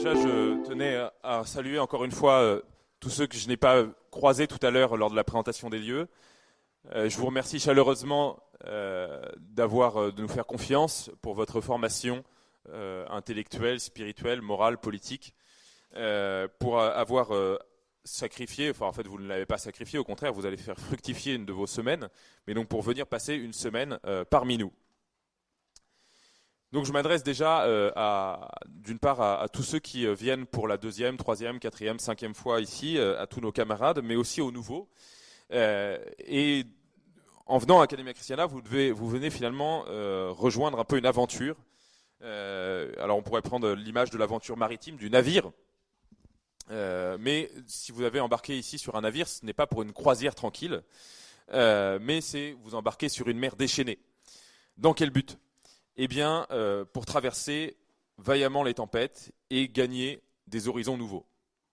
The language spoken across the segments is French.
Déjà, je tenais à saluer encore une fois tous ceux que je n'ai pas croisés tout à l'heure lors de la présentation des lieux. Je vous remercie chaleureusement de nous faire confiance pour votre formation intellectuelle, spirituelle, morale, politique, pour avoir sacrifié, enfin en fait vous ne l'avez pas sacrifié, au contraire vous allez faire fructifier une de vos semaines, mais donc pour venir passer une semaine parmi nous. Donc je m'adresse déjà d'une part à tous ceux qui viennent pour la deuxième, troisième, quatrième, cinquième fois ici, à tous nos camarades, mais aussi aux nouveaux. Et en venant à Academia Christiana, vous venez finalement rejoindre un peu une aventure. Alors on pourrait prendre l'image de l'aventure maritime, du navire. Mais si vous avez embarqué ici sur un navire, ce n'est pas pour une croisière tranquille, mais c'est vous embarquez sur une mer déchaînée. Dans quel but ? Eh bien, pour traverser vaillamment les tempêtes et gagner des horizons nouveaux.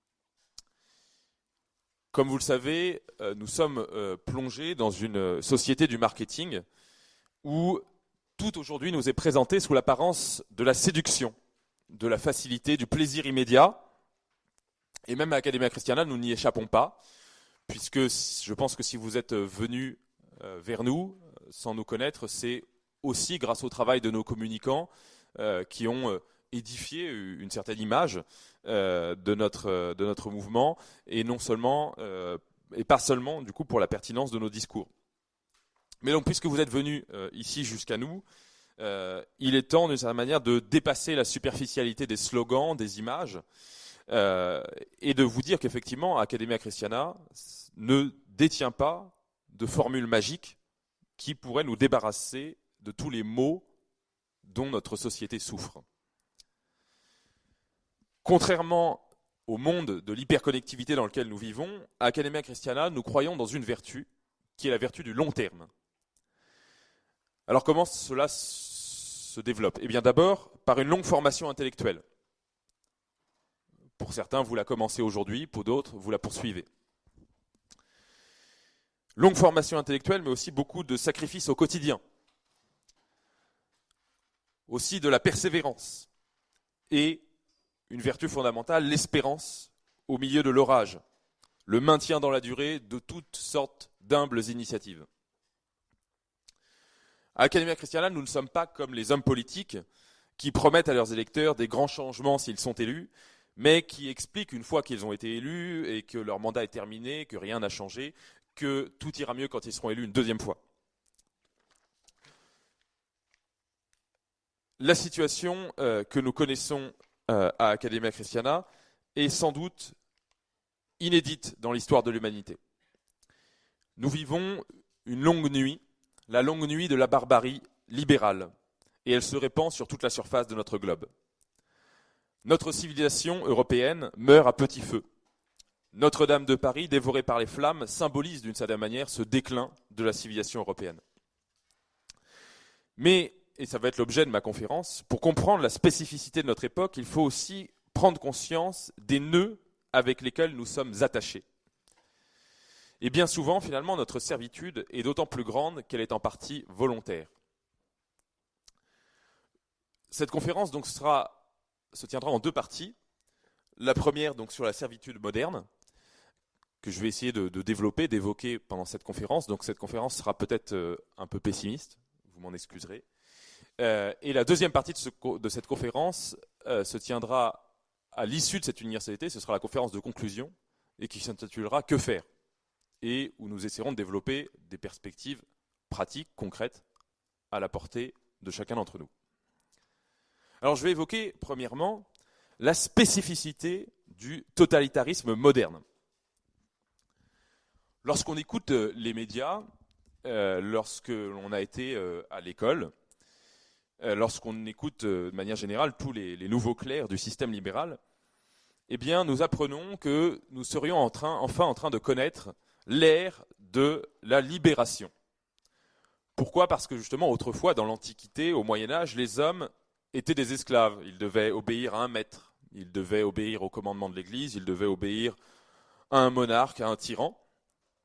Comme vous le savez, nous sommes plongés dans une société du marketing où tout aujourd'hui nous est présenté sous l'apparence de la séduction, de la facilité, du plaisir immédiat. Et même à Academia Christiana, nous n'y échappons pas, puisque je pense que si vous êtes venus vers nous sans nous connaître, c'est aussi grâce au travail de nos communicants qui ont édifié une certaine image de notre mouvement, et non seulement et pas seulement du coup pour la pertinence de nos discours. Mais donc puisque vous êtes venus ici jusqu'à nous, il est temps d'une certaine manière de dépasser la superficialité des slogans, des images, et de vous dire qu'effectivement Academia Christiana ne détient pas de formule magique qui pourrait nous débarrasser de tous les maux dont notre société souffre. Contrairement au monde de l'hyperconnectivité dans lequel nous vivons, à Academia Christiana, nous croyons dans une vertu, qui est la vertu du long terme. Alors comment cela se développe ? Eh bien d'abord, par une longue formation intellectuelle. Pour certains, vous la commencez aujourd'hui, pour d'autres, vous la poursuivez. Longue formation intellectuelle, mais aussi beaucoup de sacrifices au quotidien. Aussi de la persévérance et une vertu fondamentale, l'espérance au milieu de l'orage, le maintien dans la durée de toutes sortes d'humbles initiatives. À Academia Christiana, nous ne sommes pas comme les hommes politiques qui promettent à leurs électeurs des grands changements s'ils sont élus, mais qui expliquent une fois qu'ils ont été élus et que leur mandat est terminé, que rien n'a changé, que tout ira mieux quand ils seront élus une deuxième fois. La situation que nous connaissons à Academia Christiana est sans doute inédite dans l'histoire de l'humanité. Nous vivons une longue nuit, la longue nuit de la barbarie libérale, et elle se répand sur toute la surface de notre globe. Notre civilisation européenne meurt à petit feu. Notre-Dame de Paris, dévorée par les flammes, symbolise d'une certaine manière ce déclin de la civilisation européenne. Mais et ça va être l'objet de ma conférence, pour comprendre la spécificité de notre époque, il faut aussi prendre conscience des nœuds avec lesquels nous sommes attachés. Et bien souvent, finalement, notre servitude est d'autant plus grande qu'elle est en partie volontaire. Cette conférence donc se tiendra en deux parties. La première donc sur la servitude moderne, que je vais essayer de développer, d'évoquer pendant cette conférence. Donc cette conférence sera peut-être un peu pessimiste, vous m'en excuserez. Et la deuxième partie de cette conférence se tiendra à l'issue de cette universalité. Ce sera la conférence de conclusion et qui s'intitulera « Que faire ?» et où nous essaierons de développer des perspectives pratiques, concrètes, à la portée de chacun d'entre nous. Alors je vais évoquer premièrement la spécificité du totalitarisme moderne. Lorsqu'on écoute les médias, lorsque l'on a été à l'école, lorsqu'on écoute de manière générale tous les nouveaux clercs du système libéral, eh bien, nous apprenons que nous serions enfin en train de connaître l'ère de la libération. Pourquoi ? Parce que justement, autrefois, dans l'Antiquité, au Moyen-Âge, les hommes étaient des esclaves. Ils devaient obéir à un maître, ils devaient obéir au commandement de l'Église, ils devaient obéir à un monarque, à un tyran.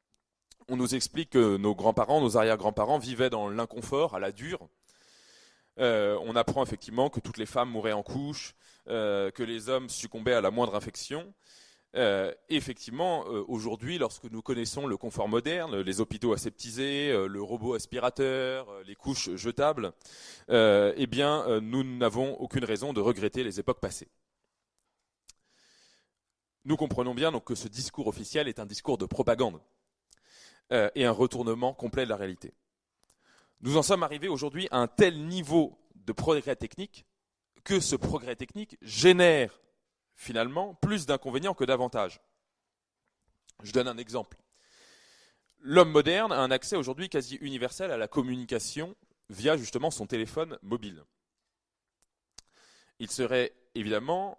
On nous explique que nos grands-parents, nos arrière-grands-parents vivaient dans l'inconfort, à la dure, On apprend effectivement que toutes les femmes mouraient en couche, que les hommes succombaient à la moindre infection. Effectivement, aujourd'hui, lorsque nous connaissons le confort moderne, les hôpitaux aseptisés, le robot aspirateur, les couches jetables, nous n'avons aucune raison de regretter les époques passées. Nous comprenons bien donc que ce discours officiel est un discours de propagande et un retournement complet de la réalité. Nous en sommes arrivés aujourd'hui à un tel niveau de progrès technique que ce progrès technique génère finalement plus d'inconvénients que d'avantages. Je donne un exemple. L'homme moderne a un accès aujourd'hui quasi universel à la communication via justement son téléphone mobile. Il serait évidemment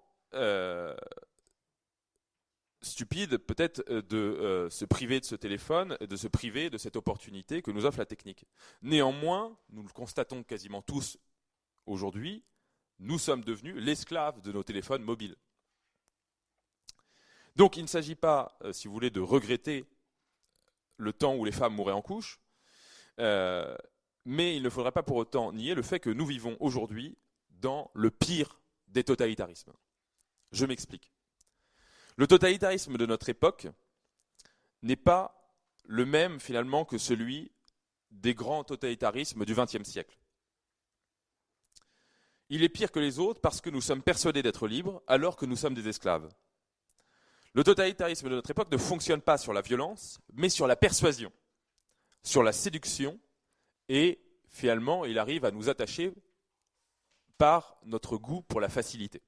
stupide peut-être de se priver de ce téléphone, de se priver de cette opportunité que nous offre la technique. Néanmoins, nous le constatons quasiment tous aujourd'hui, nous sommes devenus l'esclave de nos téléphones mobiles. Donc il ne s'agit pas, si vous voulez, de regretter le temps où les femmes mouraient en couche, mais il ne faudrait pas pour autant nier le fait que nous vivons aujourd'hui dans le pire des totalitarismes. Je m'explique. Le totalitarisme de notre époque n'est pas le même finalement que celui des grands totalitarismes du XXe siècle. Il est pire que les autres parce que nous sommes persuadés d'être libres alors que nous sommes des esclaves. Le totalitarisme de notre époque ne fonctionne pas sur la violence, mais sur la persuasion, sur la séduction, et finalement, il arrive à nous attacher par notre goût pour la facilité.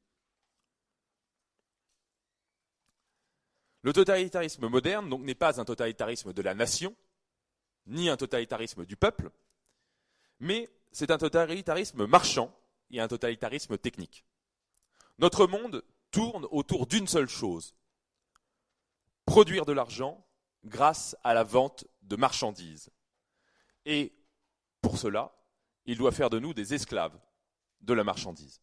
Le totalitarisme moderne donc n'est pas un totalitarisme de la nation, ni un totalitarisme du peuple, mais c'est un totalitarisme marchand et un totalitarisme technique. Notre monde tourne autour d'une seule chose: produire de l'argent grâce à la vente de marchandises. Et pour cela, il doit faire de nous des esclaves de la marchandise.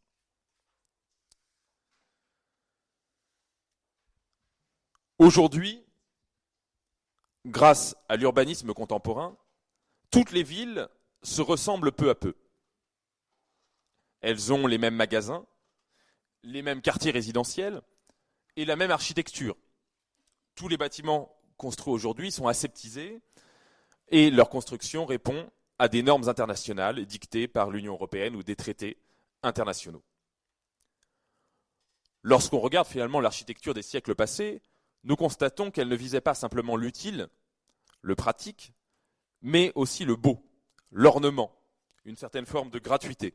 Aujourd'hui, grâce à l'urbanisme contemporain, toutes les villes se ressemblent peu à peu. Elles ont les mêmes magasins, les mêmes quartiers résidentiels et la même architecture. Tous les bâtiments construits aujourd'hui sont aseptisés et leur construction répond à des normes internationales dictées par l'Union européenne ou des traités internationaux. Lorsqu'on regarde finalement l'architecture des siècles passés, nous constatons qu'elle ne visait pas simplement l'utile, le pratique, mais aussi le beau, l'ornement, une certaine forme de gratuité.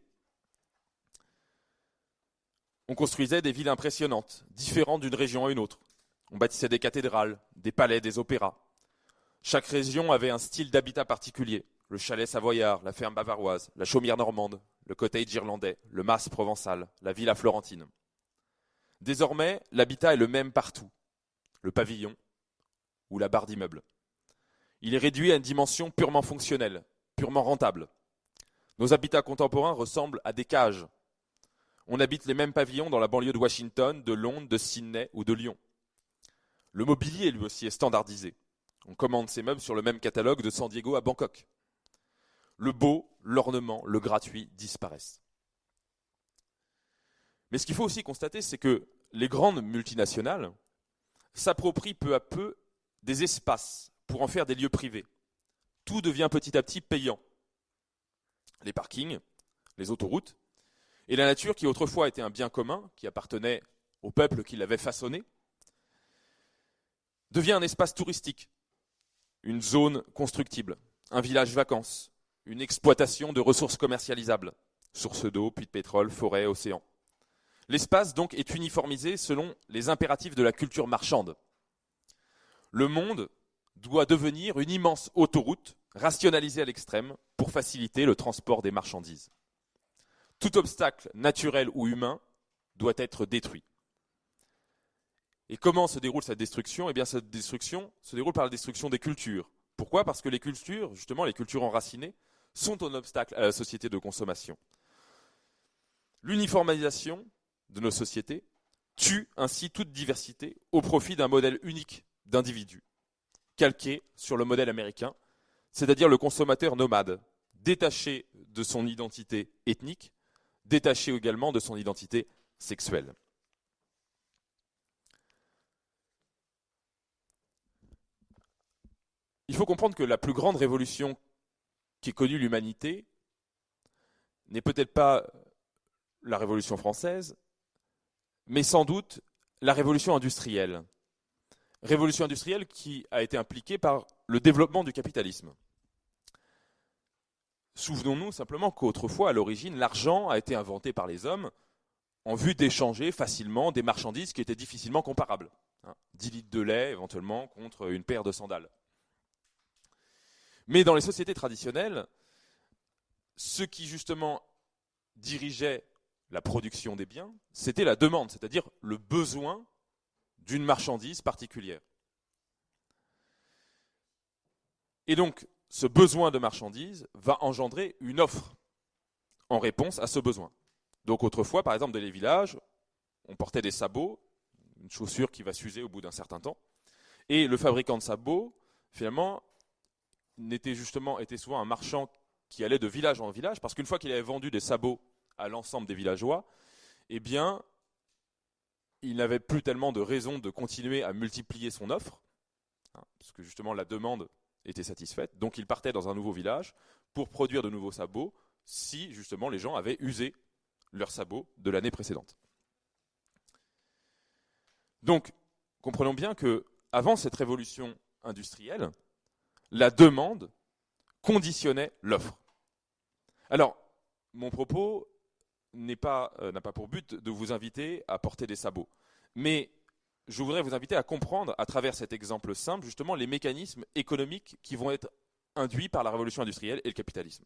On construisait des villes impressionnantes, différentes d'une région à une autre. On bâtissait des cathédrales, des palais, des opéras. Chaque région avait un style d'habitat particulier. Le chalet savoyard, la ferme bavaroise, la chaumière normande, le cottage irlandais, le mas provençal, la villa florentine. Désormais, l'habitat est le même partout. Le pavillon ou la barre d'immeuble. Il est réduit à une dimension purement fonctionnelle, purement rentable. Nos habitats contemporains ressemblent à des cages. On habite les mêmes pavillons dans la banlieue de Washington, de Londres, de Sydney ou de Lyon. Le mobilier, lui aussi, est standardisé. On commande ses meubles sur le même catalogue de San Diego à Bangkok. Le beau, l'ornement, le gratuit disparaissent. Mais ce qu'il faut aussi constater, c'est que les grandes multinationales s'approprient peu à peu des espaces pour en faire des lieux privés. Tout devient petit à petit payant. Les parkings, les autoroutes, et la nature qui autrefois était un bien commun, qui appartenait au peuple qui l'avait façonné, devient un espace touristique, une zone constructible, un village vacances, une exploitation de ressources commercialisables, sources d'eau, puits de pétrole, forêts, océans. L'espace donc est uniformisé selon les impératifs de la culture marchande. Le monde doit devenir une immense autoroute rationalisée à l'extrême pour faciliter le transport des marchandises. Tout obstacle naturel ou humain doit être détruit. Et comment se déroule cette destruction ? Eh bien, cette destruction se déroule par la destruction des cultures. Pourquoi ? Parce que les cultures, justement, les cultures enracinées, sont un obstacle à la société de consommation. L'uniformisation de nos sociétés tue ainsi toute diversité au profit d'un modèle unique d'individu, calqué sur le modèle américain, c'est-à-dire le consommateur nomade, détaché de son identité ethnique, détaché également de son identité sexuelle. Il faut comprendre que la plus grande révolution qu'ait connue l'humanité n'est peut-être pas la Révolution française, mais sans doute la révolution industrielle. Révolution industrielle qui a été impliquée par le développement du capitalisme. Souvenons-nous simplement qu'autrefois, à l'origine, l'argent a été inventé par les hommes en vue d'échanger facilement des marchandises qui étaient difficilement comparables. 10 litres de lait, éventuellement, contre une paire de sandales. Mais dans les sociétés traditionnelles, ce qui justement dirigeait la production des biens, c'était la demande, c'est-à-dire le besoin d'une marchandise particulière. Et donc, ce besoin de marchandise va engendrer une offre en réponse à ce besoin. Donc autrefois, par exemple, dans les villages, on portait des sabots, une chaussure qui va s'user au bout d'un certain temps, et le fabricant de sabots, finalement, était souvent un marchand qui allait de village en village, parce qu'une fois qu'il avait vendu des sabots à l'ensemble des villageois, eh bien, il n'avait plus tellement de raison de continuer à multiplier son offre, parce que justement la demande était satisfaite, donc il partait dans un nouveau village pour produire de nouveaux sabots, si justement les gens avaient usé leurs sabots de l'année précédente. Donc, comprenons bien que avant cette révolution industrielle, la demande conditionnait l'offre. Alors, mon propos n'a pas pour but de vous inviter à porter des sabots, mais je voudrais vous inviter à comprendre, à travers cet exemple simple, justement les mécanismes économiques qui vont être induits par la révolution industrielle et le capitalisme.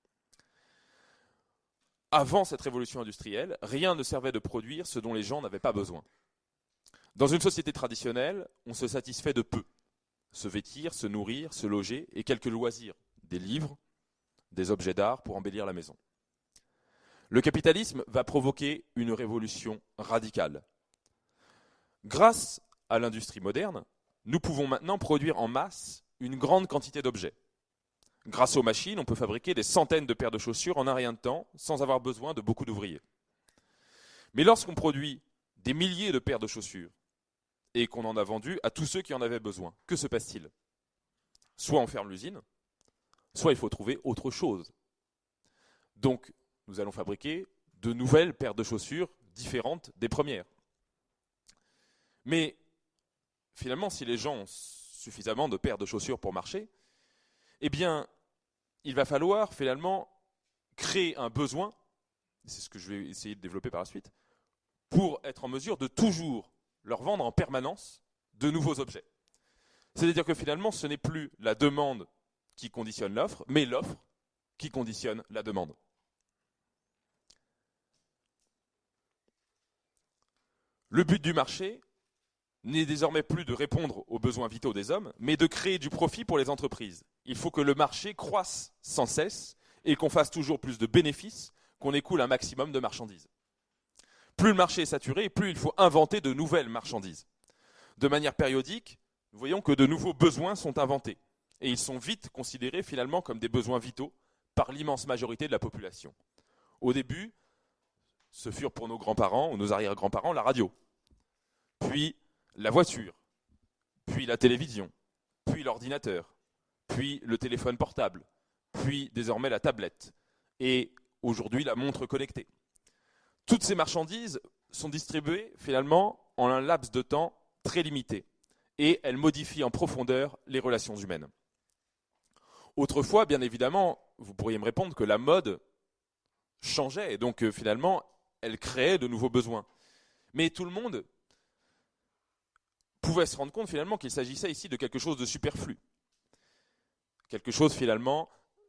Avant cette révolution industrielle, rien ne servait de produire ce dont les gens n'avaient pas besoin. Dans une société traditionnelle, on se satisfait de peu. Se vêtir, se nourrir, se loger et quelques loisirs, des livres, des objets d'art pour embellir la maison. Le capitalisme va provoquer une révolution radicale. Grâce à l'industrie moderne, nous pouvons maintenant produire en masse une grande quantité d'objets. Grâce aux machines, on peut fabriquer des centaines de paires de chaussures en un rien de temps, sans avoir besoin de beaucoup d'ouvriers. Mais lorsqu'on produit des milliers de paires de chaussures, et qu'on en a vendu à tous ceux qui en avaient besoin, que se passe-t-il ? Soit on ferme l'usine, soit il faut trouver autre chose. Donc, nous allons fabriquer de nouvelles paires de chaussures différentes des premières. Mais finalement, si les gens ont suffisamment de paires de chaussures pour marcher, eh bien, il va falloir finalement créer un besoin, c'est ce que je vais essayer de développer par la suite, pour être en mesure de toujours leur vendre en permanence de nouveaux objets. C'est-à-dire que finalement, ce n'est plus la demande qui conditionne l'offre, mais l'offre qui conditionne la demande. Le but du marché n'est désormais plus de répondre aux besoins vitaux des hommes, mais de créer du profit pour les entreprises. Il faut que le marché croisse sans cesse et qu'on fasse toujours plus de bénéfices, qu'on écoule un maximum de marchandises. Plus le marché est saturé, plus il faut inventer de nouvelles marchandises. De manière périodique, nous voyons que de nouveaux besoins sont inventés. Et ils sont vite considérés finalement comme des besoins vitaux par l'immense majorité de la population. Au début, ce furent pour nos grands-parents ou nos arrière-grands-parents la radio, puis la voiture, puis la télévision, puis l'ordinateur, puis le téléphone portable, puis désormais la tablette, et aujourd'hui la montre connectée. Toutes ces marchandises sont distribuées finalement en un laps de temps très limité et elles modifient en profondeur les relations humaines. Autrefois, bien évidemment, vous pourriez me répondre que la mode changeait et donc finalement elle créait de nouveaux besoins. Mais tout le monde pouvait se rendre compte finalement qu'il s'agissait ici de quelque chose de superflu. Quelque chose finalement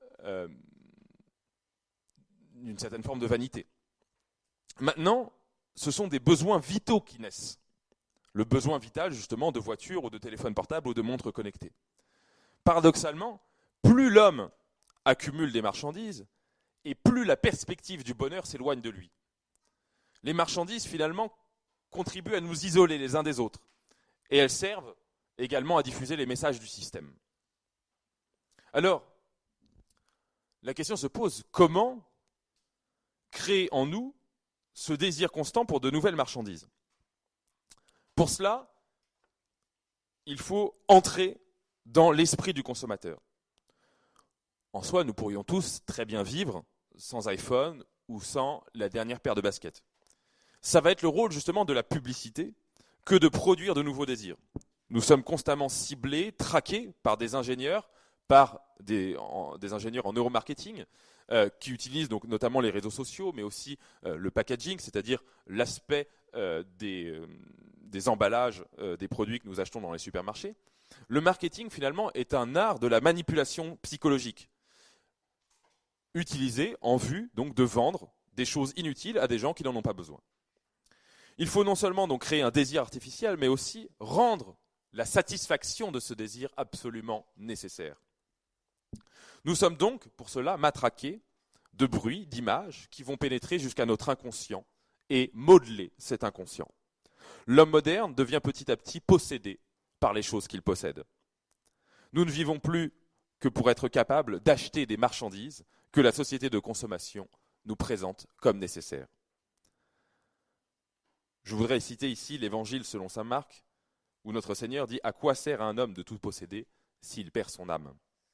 d'une certaine forme de vanité. Maintenant, ce sont des besoins vitaux qui naissent. Le besoin vital, justement, de voiture ou de téléphone portable ou de montre connectée. Paradoxalement, plus l'homme accumule des marchandises, et plus la perspective du bonheur s'éloigne de lui. Les marchandises, finalement, contribuent à nous isoler les uns des autres, et elles servent également à diffuser les messages du système. Alors, la question se pose, comment créer en nous ce désir constant pour de nouvelles marchandises? Pour cela, il faut entrer dans l'esprit du consommateur. En soi, nous pourrions tous très bien vivre sans iPhone ou sans la dernière paire de baskets. Ça va être le rôle justement de la publicité que de produire de nouveaux désirs. Nous sommes constamment ciblés, traqués par des ingénieurs, des ingénieurs en neuromarketing, qui utilisent donc notamment les réseaux sociaux, mais aussi le packaging, c'est-à-dire l'aspect des emballages des produits que nous achetons dans les supermarchés. Le marketing, finalement, est un art de la manipulation psychologique, utilisé en vue donc de vendre des choses inutiles à des gens qui n'en ont pas besoin. Il faut non seulement donc créer un désir artificiel, mais aussi rendre la satisfaction de ce désir absolument nécessaire. Nous sommes donc, pour cela, matraqués de bruits, d'images qui vont pénétrer jusqu'à notre inconscient et modeler cet inconscient. L'homme moderne devient petit à petit possédé par les choses qu'il possède. Nous ne vivons plus que pour être capables d'acheter des marchandises que la société de consommation nous présente comme nécessaires. Je voudrais citer ici l'Évangile selon saint Marc, où notre Seigneur dit « À quoi sert à un homme de tout posséder s'il perd son âme ?»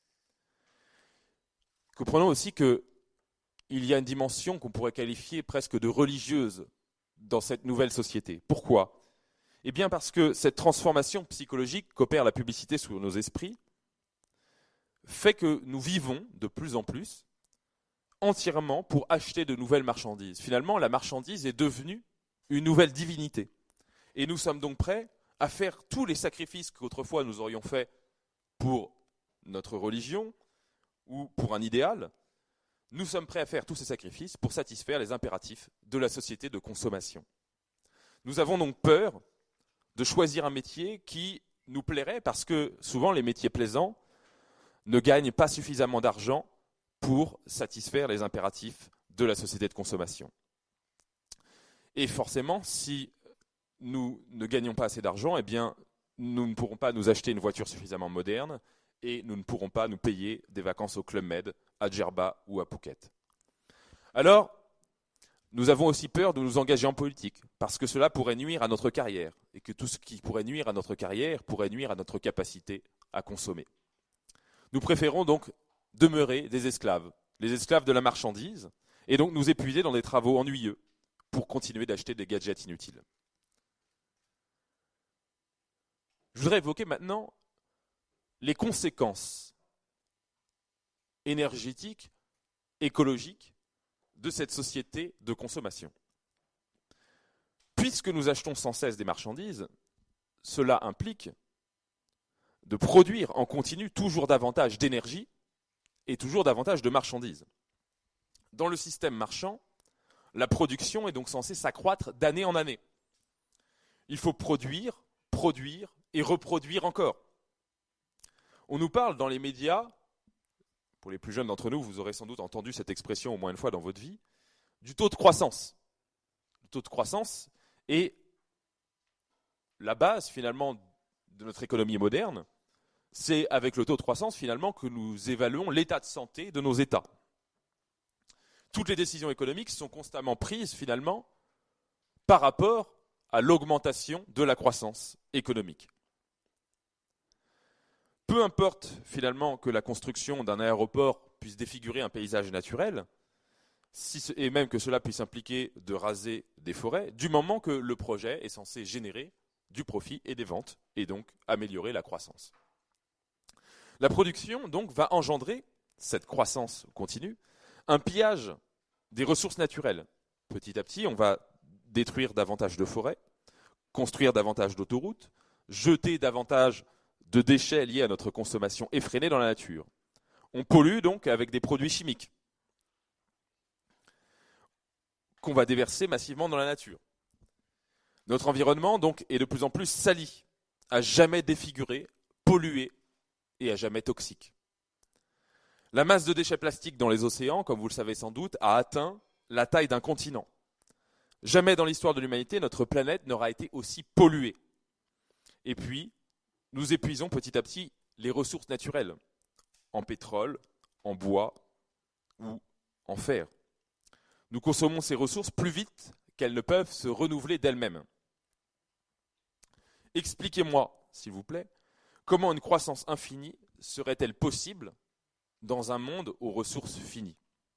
Comprenons aussi qu'il y a une dimension qu'on pourrait qualifier presque de religieuse dans cette nouvelle société. Pourquoi ? Eh bien parce que cette transformation psychologique qu'opère la publicité sur nos esprits fait que nous vivons de plus en plus entièrement pour acheter de nouvelles marchandises. Finalement, la marchandise est devenue une nouvelle divinité. Et nous sommes donc prêts à faire tous les sacrifices qu'autrefois nous aurions faits pour notre religion ou pour un idéal. Nous sommes prêts à faire tous ces sacrifices pour satisfaire les impératifs de la société de consommation. Nous avons donc peur de choisir un métier qui nous plairait parce que souvent les métiers plaisants ne gagnent pas suffisamment d'argent pour satisfaire les impératifs de la société de consommation. Et forcément, si nous ne gagnons pas assez d'argent, eh bien, nous ne pourrons pas nous acheter une voiture suffisamment moderne et nous ne pourrons pas nous payer des vacances au Club Med, à Djerba ou à Phuket. Alors, nous avons aussi peur de nous engager en politique, parce que cela pourrait nuire à notre carrière, et que tout ce qui pourrait nuire à notre carrière pourrait nuire à notre capacité à consommer. Nous préférons donc demeurer des esclaves, les esclaves de la marchandise, et donc nous épuiser dans des travaux ennuyeux pour continuer d'acheter des gadgets inutiles. Je voudrais évoquer maintenant les conséquences énergétiques, écologiques de cette société de consommation. Puisque nous achetons sans cesse des marchandises, cela implique de produire en continu toujours davantage d'énergie et toujours davantage de marchandises. Dans le système marchand, la production est donc censée s'accroître d'année en année. Il faut produire et reproduire encore. On nous parle dans les médias, pour les plus jeunes d'entre nous, vous aurez sans doute entendu cette expression au moins une fois dans votre vie, du taux de croissance. Le taux de croissance est la base finalement de notre économie moderne. C'est avec le taux de croissance finalement que nous évaluons l'état de santé de nos États. Toutes les décisions économiques sont constamment prises finalement par rapport à l'augmentation de la croissance économique. Peu importe finalement que la construction d'un aéroport puisse défigurer un paysage naturel, et même que cela puisse impliquer de raser des forêts, du moment que le projet est censé générer du profit et des ventes, et donc améliorer la croissance. La production donc va engendrer, cette croissance continue, un pillage des ressources naturelles. Petit à petit, on va détruire davantage de forêts, construire davantage d'autoroutes, jeter davantage de déchets liés à notre consommation effrénée dans la nature. On pollue donc avec des produits chimiques qu'on va déverser massivement dans la nature. Notre environnement donc est de plus en plus sali, à jamais défiguré, pollué et à jamais toxique. La masse de déchets plastiques dans les océans, comme vous le savez sans doute, a atteint la taille d'un continent. Jamais dans l'histoire de l'humanité, notre planète n'aura été aussi polluée. Et puis, nous épuisons petit à petit les ressources naturelles, en pétrole, en bois, ou en faire. Nous consommons ces ressources plus vite qu'elles ne peuvent se renouveler d'elles-mêmes. Expliquez-moi, s'il vous plaît, comment une croissance infinie serait-elle possible dans un monde aux ressources finies?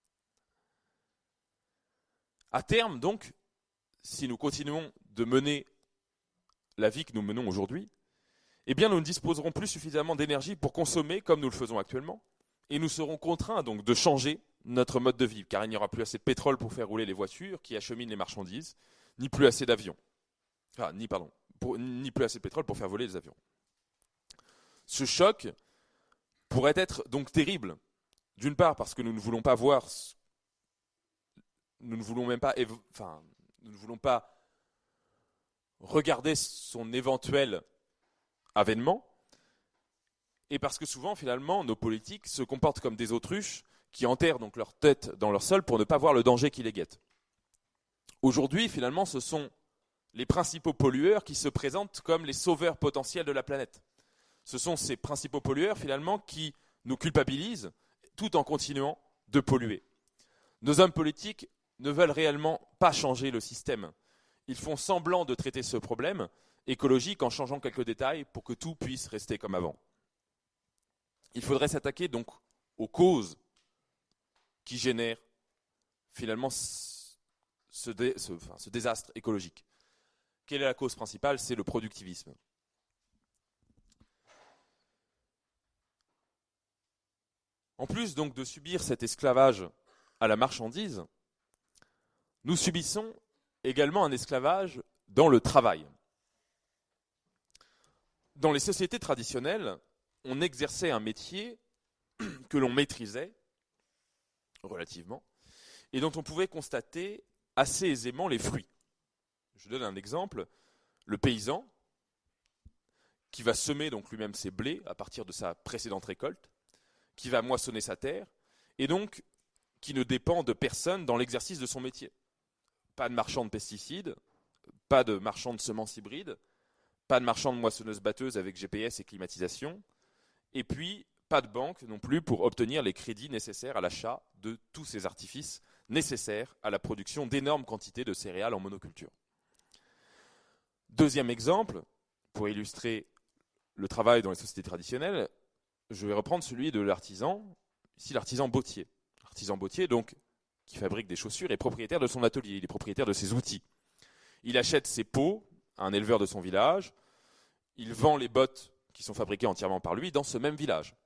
À terme, donc, si nous continuons de mener la vie que nous menons aujourd'hui, eh bien nous ne disposerons plus suffisamment d'énergie pour consommer comme nous le faisons actuellement, et nous serons contraints donc de changer notre mode de vie, car il n'y aura plus assez de pétrole pour faire rouler les voitures qui acheminent les marchandises, ni plus assez d'avions. Ni plus assez de pétrole pour faire voler les avions. Ce choc pourrait être donc terrible, d'une part parce que nous ne voulons pas voir, nous ne voulons pas regarder son éventuel avènement, et parce que souvent, finalement, nos politiques se comportent comme des autruches qui enterrent donc leur tête dans leur sol pour ne pas voir le danger qui les guette. Aujourd'hui, finalement, ce sont les principaux pollueurs qui se présentent comme les sauveurs potentiels de la planète. Ce sont ces principaux pollueurs, finalement, qui nous culpabilisent tout en continuant de polluer. Nos hommes politiques ne veulent réellement pas changer le système. Ils font semblant de traiter ce problème écologique en changeant quelques détails pour que tout puisse rester comme avant. Il faudrait s'attaquer donc aux causes qui génèrent finalement ce désastre écologique. Quelle est la cause principale? C'est le productivisme. En plus donc de subir cet esclavage à la marchandise, nous subissons également un esclavage dans le travail. Dans les sociétés traditionnelles, on exerçait un métier que l'on maîtrisait relativement et dont on pouvait constater assez aisément les fruits. Je donne un exemple, le paysan qui va semer donc lui-même ses blés à partir de sa précédente récolte, qui va moissonner sa terre et donc qui ne dépend de personne dans l'exercice de son métier. Pas de marchand de pesticides, pas de marchand de semences hybrides, pas de marchand de moissonneuses-batteuses avec GPS et climatisation, et puis pas de banque non plus pour obtenir les crédits nécessaires à l'achat de tous ces artifices nécessaires à la production d'énormes quantités de céréales en monoculture. Deuxième exemple, pour illustrer le travail dans les sociétés traditionnelles, je vais reprendre celui de l'artisan, ici l'artisan bottier. L'artisan bottier, donc, qui fabrique des chaussures, est propriétaire de son atelier, il est propriétaire de ses outils. Il achète ses peaux à un éleveur de son village, il vend les bottes qui sont fabriquées entièrement par lui dans ce même village.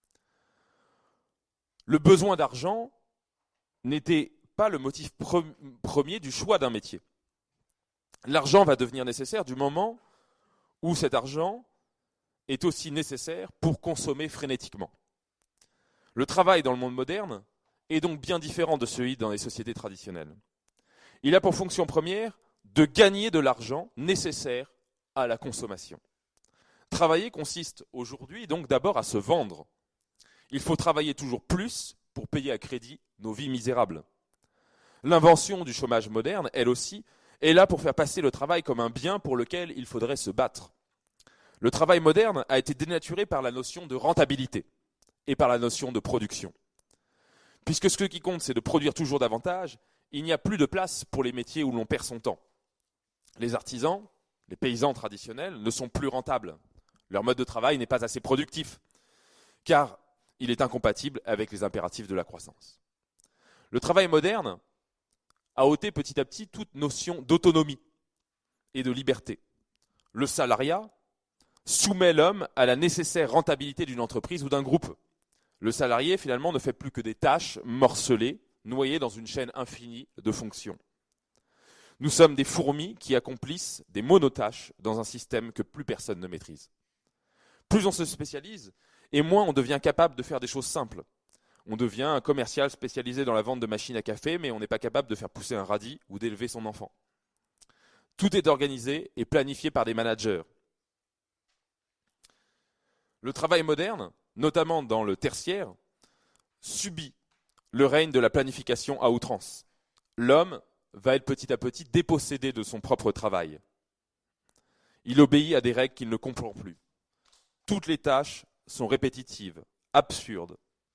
Le besoin d'argent n'était pas le motif premier du choix d'un métier. L'argent va devenir nécessaire du moment où cet argent est aussi nécessaire pour consommer frénétiquement. Le travail dans le monde moderne est donc bien différent de celui dans les sociétés traditionnelles. Il a pour fonction première de gagner de l'argent nécessaire à la consommation. Travailler consiste aujourd'hui donc d'abord à se vendre. Il faut travailler toujours plus pour payer à crédit nos vies misérables. L'invention du chômage moderne, elle aussi, est là pour faire passer le travail comme un bien pour lequel il faudrait se battre. Le travail moderne a été dénaturé par la notion de rentabilité et par la notion de production. Puisque ce qui compte, c'est de produire toujours davantage, il n'y a plus de place pour les métiers où l'on perd son temps. Les artisans, les paysans traditionnels ne sont plus rentables. Leur mode de travail n'est pas assez productif, car il est incompatible avec les impératifs de la croissance. Le travail moderne a ôté petit à petit toute notion d'autonomie et de liberté. Le salariat soumet l'homme à la nécessaire rentabilité d'une entreprise ou d'un groupe. Le salarié, finalement, ne fait plus que des tâches morcelées, noyées dans une chaîne infinie de fonctions. Nous sommes des fourmis qui accomplissent des monotâches dans un système que plus personne ne maîtrise. Plus on se spécialise, et moins on devient capable de faire des choses simples. On devient un commercial spécialisé dans la vente de machines à café, mais on n'est pas capable de faire pousser un radis ou d'élever son enfant. Tout est organisé et planifié par des managers. Le travail moderne, notamment dans le tertiaire, subit le règne de la planification à outrance. L'homme va être petit à petit dépossédé de son propre travail. Il obéit à des règles qu'il ne comprend plus. Toutes les tâches sont répétitives, absurdes,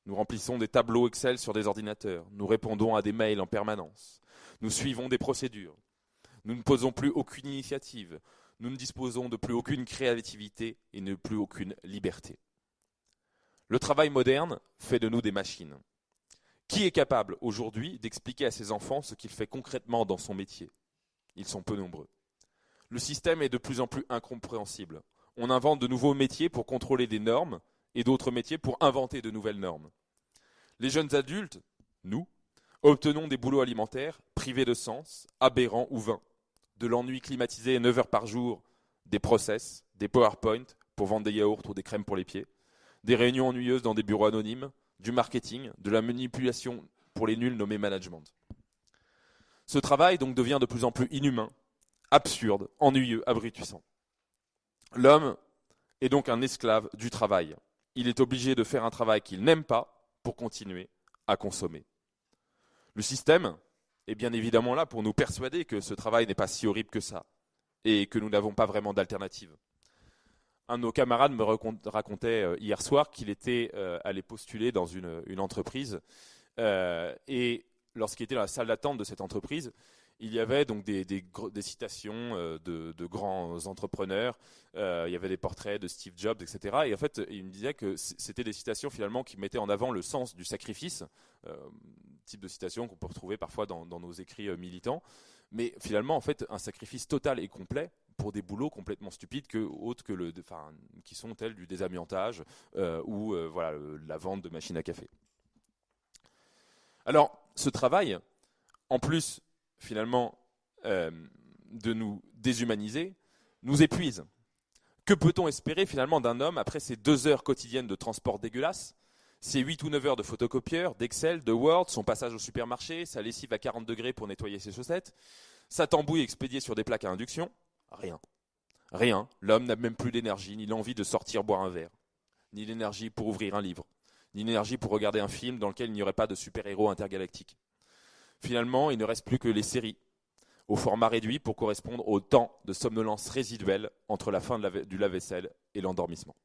Nous remplissons des tableaux Excel sur des ordinateurs. Nous répondons à des mails en permanence. Nous suivons des procédures. Nous ne posons plus aucune initiative. Nous ne disposons de plus aucune créativité et de plus aucune liberté. Le travail moderne fait de nous des machines. Qui est capable aujourd'hui d'expliquer à ses enfants ce qu'il fait concrètement dans son métier ? Ils sont peu nombreux. Le système est de plus en plus incompréhensible. On invente de nouveaux métiers pour contrôler des normes et d'autres métiers pour inventer de nouvelles normes. Les jeunes adultes, nous, obtenons des boulots alimentaires privés de sens, aberrants ou vains. De l'ennui climatisé 9 heures par jour, des process, des PowerPoint pour vendre des yaourts ou des crèmes pour les pieds, des réunions ennuyeuses dans des bureaux anonymes, du marketing, de la manipulation pour les nuls nommés management. Ce travail donc devient de plus en plus inhumain, absurde, ennuyeux, abrutissant. L'homme est donc un esclave du travail. Il est obligé de faire un travail qu'il n'aime pas pour continuer à consommer. Le système est bien évidemment là pour nous persuader que ce travail n'est pas si horrible que ça et que nous n'avons pas vraiment d'alternative. Un de nos camarades me racontait hier soir qu'il était allé postuler dans une entreprise et lorsqu'il était dans la salle d'attente de cette entreprise, il y avait donc des citations de grands entrepreneurs, il y avait des portraits de Steve Jobs, etc. Et en fait, il me disait que c'était des citations finalement qui mettaient en avant le sens du sacrifice, type de citation qu'on peut retrouver parfois dans nos écrits militants. Mais finalement, en fait, un sacrifice total et complet pour des boulots complètement stupides qui sont tels du désamiantage ou la vente de machines à café. Alors, ce travail, en plus finalement de nous déshumaniser, nous épuise. Que peut-on espérer finalement d'un homme après ces 2 heures quotidiennes de transport dégueulasse, ces 8 ou 9 heures de photocopieur, d'Excel, de Word, son passage au supermarché, sa lessive à 40 degrés pour nettoyer ses chaussettes, sa tambouille expédiée sur des plaques à induction ? Rien. Rien. L'homme n'a même plus d'énergie, ni l'envie de sortir boire un verre, ni l'énergie pour ouvrir un livre, ni l'énergie pour regarder un film dans lequel il n'y aurait pas de super-héros intergalactiques. Finalement, il ne reste plus que les séries, au format réduit pour correspondre au temps de somnolence résiduelle entre la fin du lave-vaisselle et l'endormissement.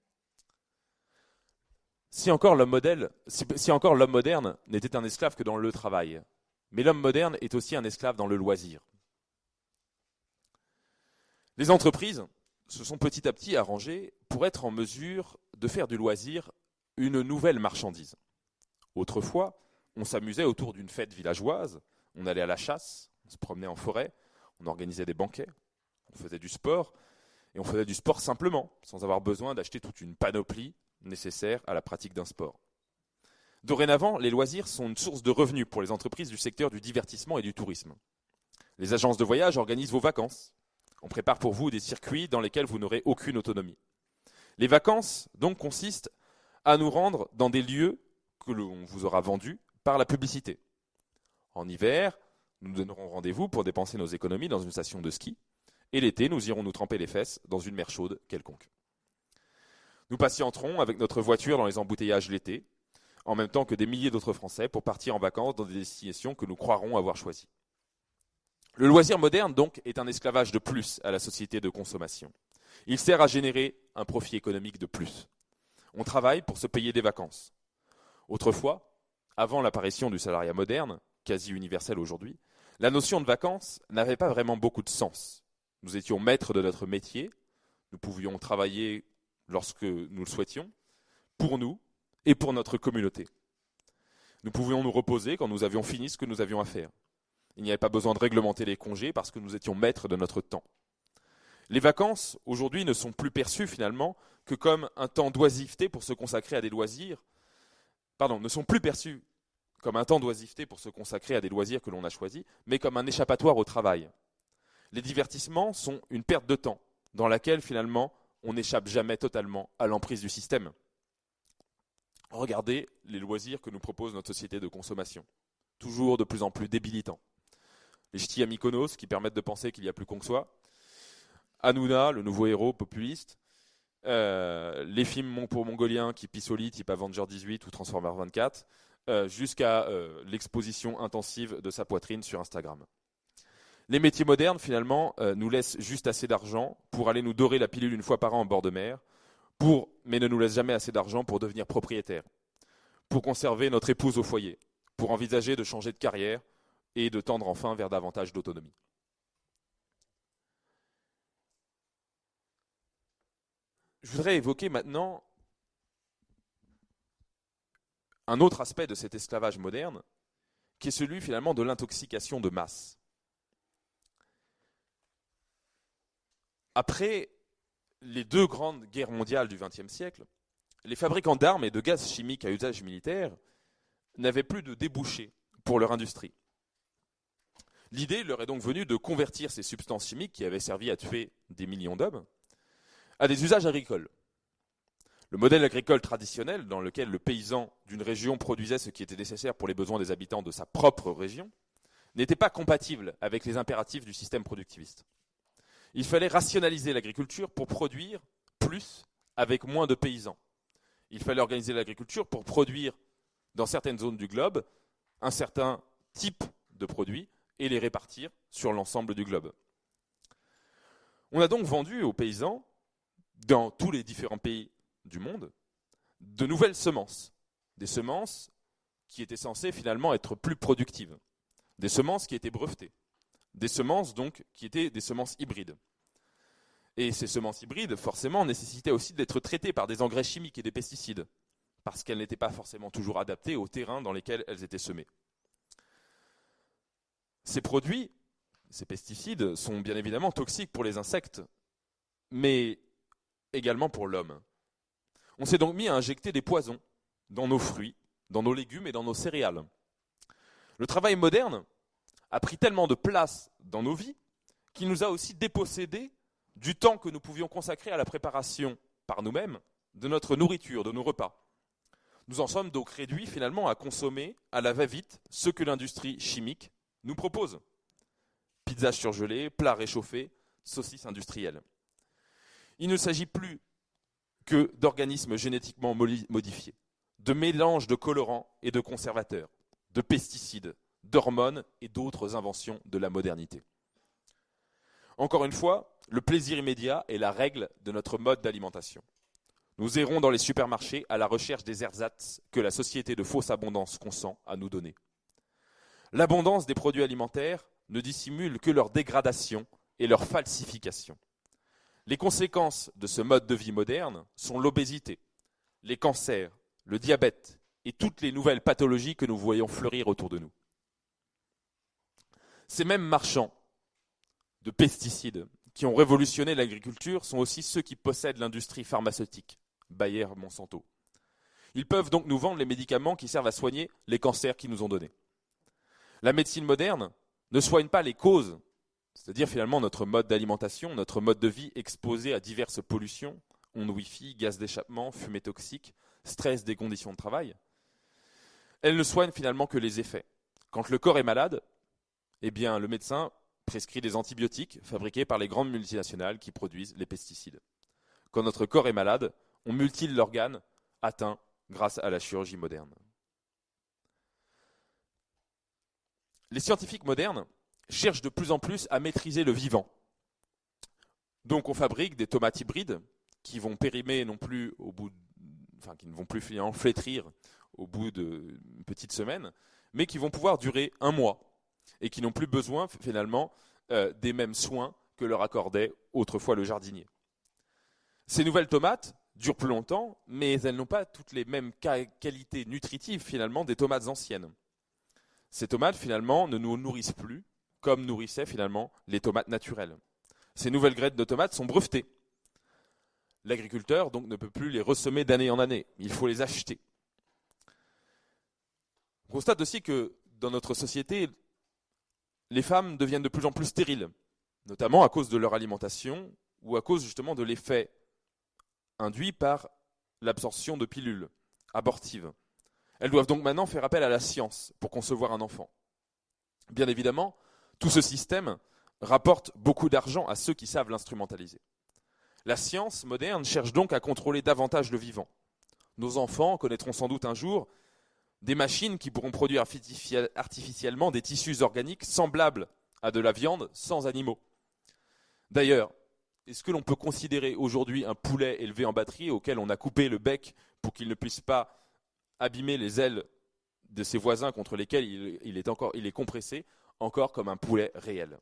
Si encore l'homme moderne n'était un esclave que dans le travail, mais l'homme moderne est aussi un esclave dans le loisir. Les entreprises se sont petit à petit arrangées pour être en mesure de faire du loisir une nouvelle marchandise. Autrefois, on s'amusait autour d'une fête villageoise, on allait à la chasse, on se promenait en forêt, on organisait des banquets, on faisait du sport, et on faisait du sport simplement, sans avoir besoin d'acheter toute une panoplie nécessaire à la pratique d'un sport. Dorénavant, les loisirs sont une source de revenus pour les entreprises du secteur du divertissement et du tourisme. Les agences de voyage organisent vos vacances. On prépare pour vous des circuits dans lesquels vous n'aurez aucune autonomie. Les vacances, donc, consistent à nous rendre dans des lieux que l'on vous aura vendus par la publicité. En hiver, nous donnerons rendez-vous pour dépenser nos économies dans une station de ski. Et l'été, nous irons nous tremper les fesses dans une mer chaude quelconque. Nous patienterons avec notre voiture dans les embouteillages l'été, en même temps que des milliers d'autres Français pour partir en vacances dans des destinations que nous croirons avoir choisies. Le loisir moderne, donc, est un esclavage de plus à la société de consommation. Il sert à générer un profit économique de plus. On travaille pour se payer des vacances. Autrefois, avant l'apparition du salariat moderne, quasi universel aujourd'hui, la notion de vacances n'avait pas vraiment beaucoup de sens. Nous étions maîtres de notre métier, nous pouvions travailler lorsque nous le souhaitions, pour nous et pour notre communauté. Nous pouvions nous reposer quand nous avions fini ce que nous avions à faire. Il n'y avait pas besoin de réglementer les congés parce que nous étions maîtres de notre temps. Les vacances, aujourd'hui, ne sont plus perçues finalement que comme un temps d'oisiveté pour se consacrer à des loisirs. Ne sont plus perçues comme un temps d'oisiveté pour se consacrer à des loisirs que l'on a choisis, mais comme un échappatoire au travail. Les divertissements sont une perte de temps dans laquelle finalement on n'échappe jamais totalement à l'emprise du système. Regardez les loisirs que nous propose notre société de consommation, toujours de plus en plus débilitants. Les ch'tis à Mykonos qui permettent de penser qu'il y a plus con que soi, Hanouna, le nouveau héros populiste, les films pour mongoliens qui pissent au lit type Avenger 18 ou Transformer 24, jusqu'à l'exposition intensive de sa poitrine sur Instagram. Les métiers modernes, finalement, nous laissent juste assez d'argent pour aller nous dorer la pilule une fois par an en bord de mer, mais ne nous laissent jamais assez d'argent pour devenir propriétaires, pour conserver notre épouse au foyer, pour envisager de changer de carrière et de tendre enfin vers davantage d'autonomie. Je voudrais évoquer maintenant un autre aspect de cet esclavage moderne, qui est celui finalement de l'intoxication de masse. Après les deux grandes guerres mondiales du XXe siècle, les fabricants d'armes et de gaz chimiques à usage militaire n'avaient plus de débouchés pour leur industrie. L'idée leur est donc venue de convertir ces substances chimiques qui avaient servi à tuer des millions d'hommes à des usages agricoles. Le modèle agricole traditionnel, dans lequel le paysan d'une région produisait ce qui était nécessaire pour les besoins des habitants de sa propre région, n'était pas compatible avec les impératifs du système productiviste. Il fallait rationaliser l'agriculture pour produire plus avec moins de paysans. Il fallait organiser l'agriculture pour produire dans certaines zones du globe un certain type de produits et les répartir sur l'ensemble du globe. On a donc vendu aux paysans, dans tous les différents pays du monde, de nouvelles semences. Des semences qui étaient censées finalement être plus productives. Des semences qui étaient brevetées. Des semences donc qui étaient des semences hybrides. Et ces semences hybrides, forcément, nécessitaient aussi d'être traitées par des engrais chimiques et des pesticides, parce qu'elles n'étaient pas forcément toujours adaptées au terrain dans lesquels elles étaient semées. Ces produits, ces pesticides, sont bien évidemment toxiques pour les insectes, mais également pour l'homme. On s'est donc mis à injecter des poisons dans nos fruits, dans nos légumes et dans nos céréales. Le travail moderne a pris tellement de place dans nos vies qu'il nous a aussi dépossédés du temps que nous pouvions consacrer à la préparation par nous-mêmes de notre nourriture, de nos repas. Nous en sommes donc réduits finalement à consommer à la va-vite ce que l'industrie chimique nous propose. Pizzas surgelées, plats réchauffés, saucisses industrielles. Il ne s'agit plus que d'organismes génétiquement modifiés, de mélanges de colorants et de conservateurs, de pesticides, d'hormones et d'autres inventions de la modernité. Encore une fois, le plaisir immédiat est la règle de notre mode d'alimentation. Nous errons dans les supermarchés à la recherche des ersatz que la société de fausse abondance consent à nous donner. L'abondance des produits alimentaires ne dissimule que leur dégradation et leur falsification. Les conséquences de ce mode de vie moderne sont l'obésité, les cancers, le diabète et toutes les nouvelles pathologies que nous voyons fleurir autour de nous. Ces mêmes marchands de pesticides qui ont révolutionné l'agriculture sont aussi ceux qui possèdent l'industrie pharmaceutique, Bayer, Monsanto. Ils peuvent donc nous vendre les médicaments qui servent à soigner les cancers qu'ils nous ont donnés. La médecine moderne ne soigne pas les causes, c'est-à-dire finalement notre mode d'alimentation, notre mode de vie exposé à diverses pollutions, ondes Wi-Fi, gaz d'échappement, fumée toxique, stress des conditions de travail. Elle ne soigne finalement que les effets. Quand le corps est malade, eh bien le médecin prescrit des antibiotiques fabriqués par les grandes multinationales qui produisent les pesticides. Quand notre corps est malade, on mutile l'organe atteint grâce à la chirurgie moderne. Les scientifiques modernes cherchent de plus en plus à maîtriser le vivant. Donc on fabrique des tomates hybrides qui vont périmer non plus qui ne vont plus finalement flétrir au bout d'une petite semaine, mais qui vont pouvoir durer 1 mois et qui n'ont plus besoin finalement des mêmes soins que leur accordait autrefois le jardinier. Ces nouvelles tomates durent plus longtemps, mais elles n'ont pas toutes les mêmes qualités nutritives finalement des tomates anciennes. Ces tomates finalement ne nous nourrissent plus comme nourrissaient finalement les tomates naturelles. Ces nouvelles graines de tomates sont brevetées. L'agriculteur donc ne peut plus les ressemer d'année en année, il faut les acheter. On constate aussi que dans notre société, les femmes deviennent de plus en plus stériles, notamment à cause de leur alimentation ou à cause justement de l'effet induit par l'absorption de pilules abortives. Elles doivent donc maintenant faire appel à la science pour concevoir un enfant. Bien évidemment, tout ce système rapporte beaucoup d'argent à ceux qui savent l'instrumentaliser. La science moderne cherche donc à contrôler davantage le vivant. Nos enfants connaîtront sans doute un jour des machines qui pourront produire artificiellement des tissus organiques semblables à de la viande sans animaux. D'ailleurs, est-ce que l'on peut considérer aujourd'hui un poulet élevé en batterie auquel on a coupé le bec pour qu'il ne puisse pas abîmer les ailes de ses voisins contre lesquels il est compressé, encore comme un poulet réel.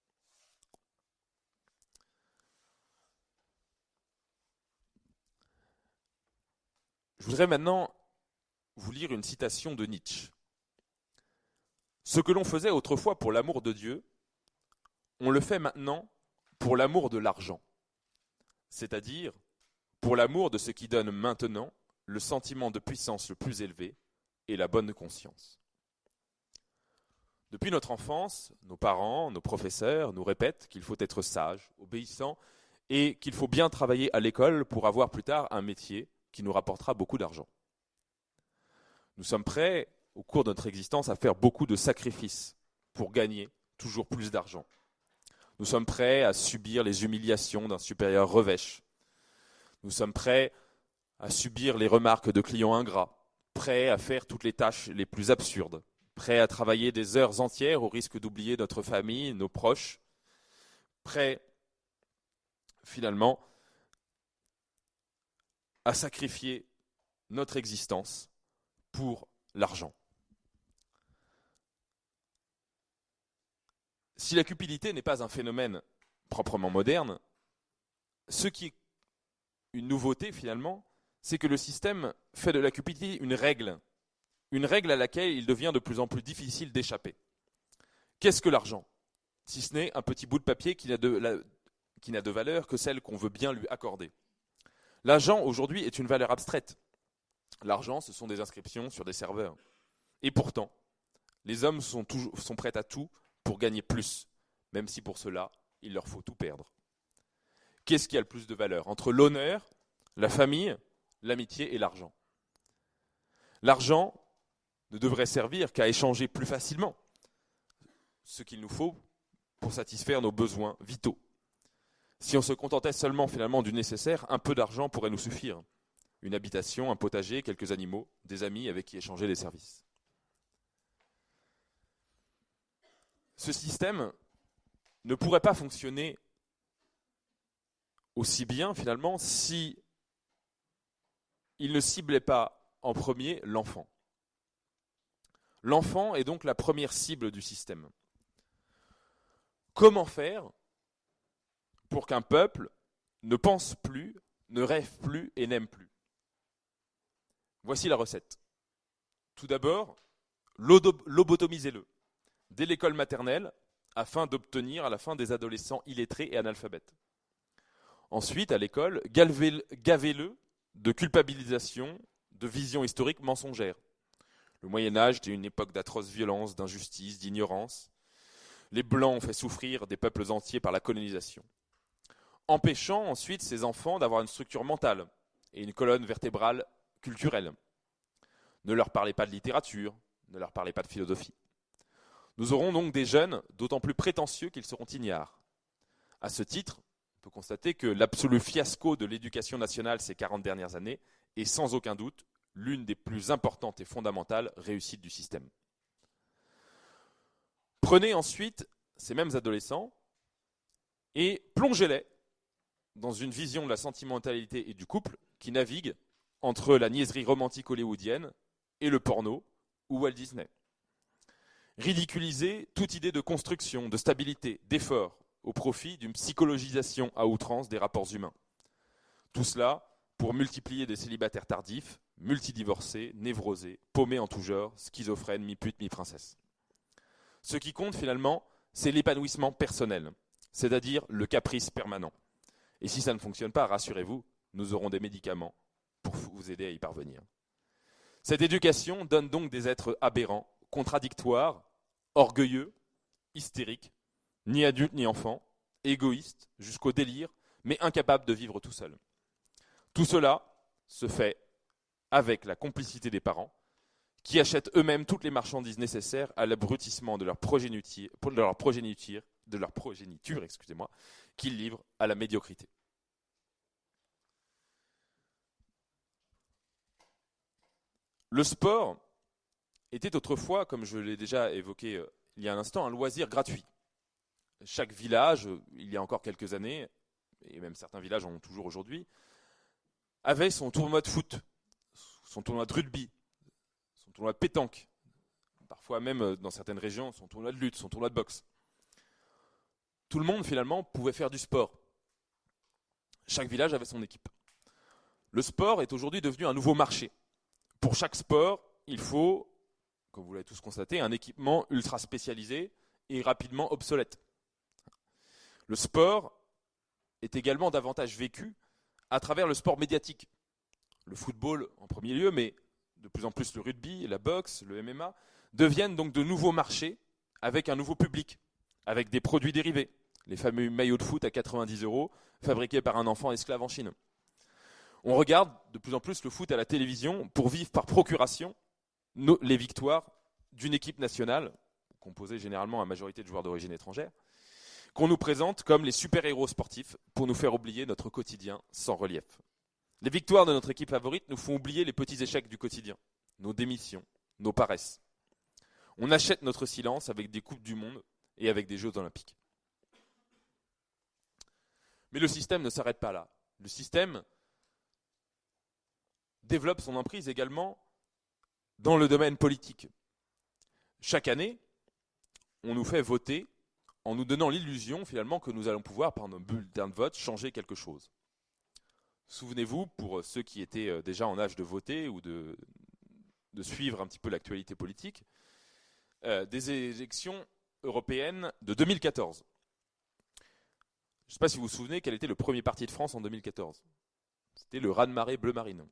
Je voudrais maintenant vous lire une citation de Nietzsche. Ce que l'on faisait autrefois pour l'amour de Dieu, on le fait maintenant pour l'amour de l'argent, c'est-à-dire pour l'amour de ce qui donne maintenant le sentiment de puissance le plus élevé et la bonne conscience. Depuis notre enfance, nos parents, nos professeurs nous répètent qu'il faut être sage, obéissant et qu'il faut bien travailler à l'école pour avoir plus tard un métier qui nous rapportera beaucoup d'argent. Nous sommes prêts, au cours de notre existence, à faire beaucoup de sacrifices pour gagner toujours plus d'argent. Nous sommes prêts à subir les humiliations d'un supérieur revêche. Nous sommes prêts à subir les remarques de clients ingrats, prêts à faire toutes les tâches les plus absurdes, prêts à travailler des heures entières au risque d'oublier notre famille, nos proches, prêts, finalement, à sacrifier notre existence pour l'argent. Si la cupidité n'est pas un phénomène proprement moderne, ce qui est une nouveauté finalement, c'est que le système fait de la cupidité une règle à laquelle il devient de plus en plus difficile d'échapper. Qu'est-ce que l'argent ? Si ce n'est un petit bout de papier qui n'a de valeur que celle qu'on veut bien lui accorder. L'argent aujourd'hui est une valeur abstraite. L'argent, ce sont des inscriptions sur des serveurs. Et pourtant, les hommes sont prêts à tout pour gagner plus, même si pour cela, il leur faut tout perdre. Qu'est-ce qui a le plus de valeur entre l'honneur, la famille, l'amitié et l'argent ? L'argent ne devrait servir qu'à échanger plus facilement ce qu'il nous faut pour satisfaire nos besoins vitaux. Si on se contentait seulement finalement du nécessaire, un peu d'argent pourrait nous suffire. Une habitation, un potager, quelques animaux, des amis avec qui échanger des services. Ce système ne pourrait pas fonctionner aussi bien finalement si il ne ciblait pas en premier l'enfant. L'enfant est donc la première cible du système. Comment faire pour qu'un peuple ne pense plus, ne rêve plus et n'aime plus ? Voici la recette. Tout d'abord, lobotomisez-le dès l'école maternelle afin d'obtenir à la fin des adolescents illettrés et analphabètes. Ensuite, à l'école, gavez-le de culpabilisation, de vision historique mensongère. Le Moyen-Âge était une époque d'atroces violences, d'injustice, d'ignorance. Les Blancs ont fait souffrir des peuples entiers par la colonisation. Empêchant ensuite ces enfants d'avoir une structure mentale et une colonne vertébrale culturelle. Ne leur parlez pas de littérature, ne leur parlez pas de philosophie. Nous aurons donc des jeunes d'autant plus prétentieux qu'ils seront ignares. À ce titre, on peut constater que l'absolu fiasco de l'éducation nationale ces 40 dernières années est sans aucun doute l'une des plus importantes et fondamentales réussites du système. Prenez ensuite ces mêmes adolescents et plongez-les dans une vision de la sentimentalité et du couple qui navigue entre la niaiserie romantique hollywoodienne et le porno ou Walt Disney. Ridiculisez toute idée de construction, de stabilité, d'effort au profit d'une psychologisation à outrance des rapports humains. Tout cela pour multiplier des célibataires tardifs, multidivorcés, névrosés, paumés en tout genre, schizophrènes, mi-pute, mi-princesse. Ce qui compte finalement, c'est l'épanouissement personnel, c'est-à-dire le caprice permanent. Et si ça ne fonctionne pas, rassurez-vous, nous aurons des médicaments pour vous aider à y parvenir. Cette éducation donne donc des êtres aberrants, contradictoires, orgueilleux, hystériques, ni adultes ni enfants, égoïstes jusqu'au délire, mais incapables de vivre tout seuls. Tout cela se fait avec la complicité des parents, qui achètent eux-mêmes toutes les marchandises nécessaires à l'abrutissement de leur progéniture, qu'ils livrent à la médiocrité. Le sport était autrefois, comme je l'ai déjà évoqué il y a un instant, un loisir gratuit. Chaque village, il y a encore quelques années, et même certains villages en ont toujours aujourd'hui, avait son tournoi de foot, son tournoi de rugby, tournoi de pétanque, parfois même dans certaines régions, son tournoi de lutte, son tournoi de boxe. Tout le monde finalement pouvait faire du sport. Chaque village avait son équipe. Le sport est aujourd'hui devenu un nouveau marché. Pour chaque sport, il faut, comme vous l'avez tous constaté, un équipement ultra spécialisé et rapidement obsolète. Le sport est également davantage vécu à travers le sport médiatique. Le football en premier lieu, mais de plus en plus le rugby, la boxe, le MMA, deviennent donc de nouveaux marchés avec un nouveau public, avec des produits dérivés. Les fameux maillots de foot à 90 € fabriqués par un enfant esclave en Chine. On regarde de plus en plus le foot à la télévision pour vivre par procuration les victoires d'une équipe nationale, composée généralement à majorité de joueurs d'origine étrangère, qu'on nous présente comme les super-héros sportifs pour nous faire oublier notre quotidien sans relief. Les victoires de notre équipe favorite nous font oublier les petits échecs du quotidien, nos démissions, nos paresses. On achète notre silence avec des Coupes du Monde et avec des Jeux Olympiques. Mais le système ne s'arrête pas là. Le système développe son emprise également dans le domaine politique. Chaque année, on nous fait voter en nous donnant l'illusion finalement que nous allons pouvoir, par nos bulletins de vote, changer quelque chose. Souvenez-vous, pour ceux qui étaient déjà en âge de voter ou de suivre un petit peu l'actualité politique, des élections européennes de 2014. Je ne sais pas si vous vous souvenez quel était le premier parti de France en 2014. C'était le Raz-de-Marée Bleu Marine.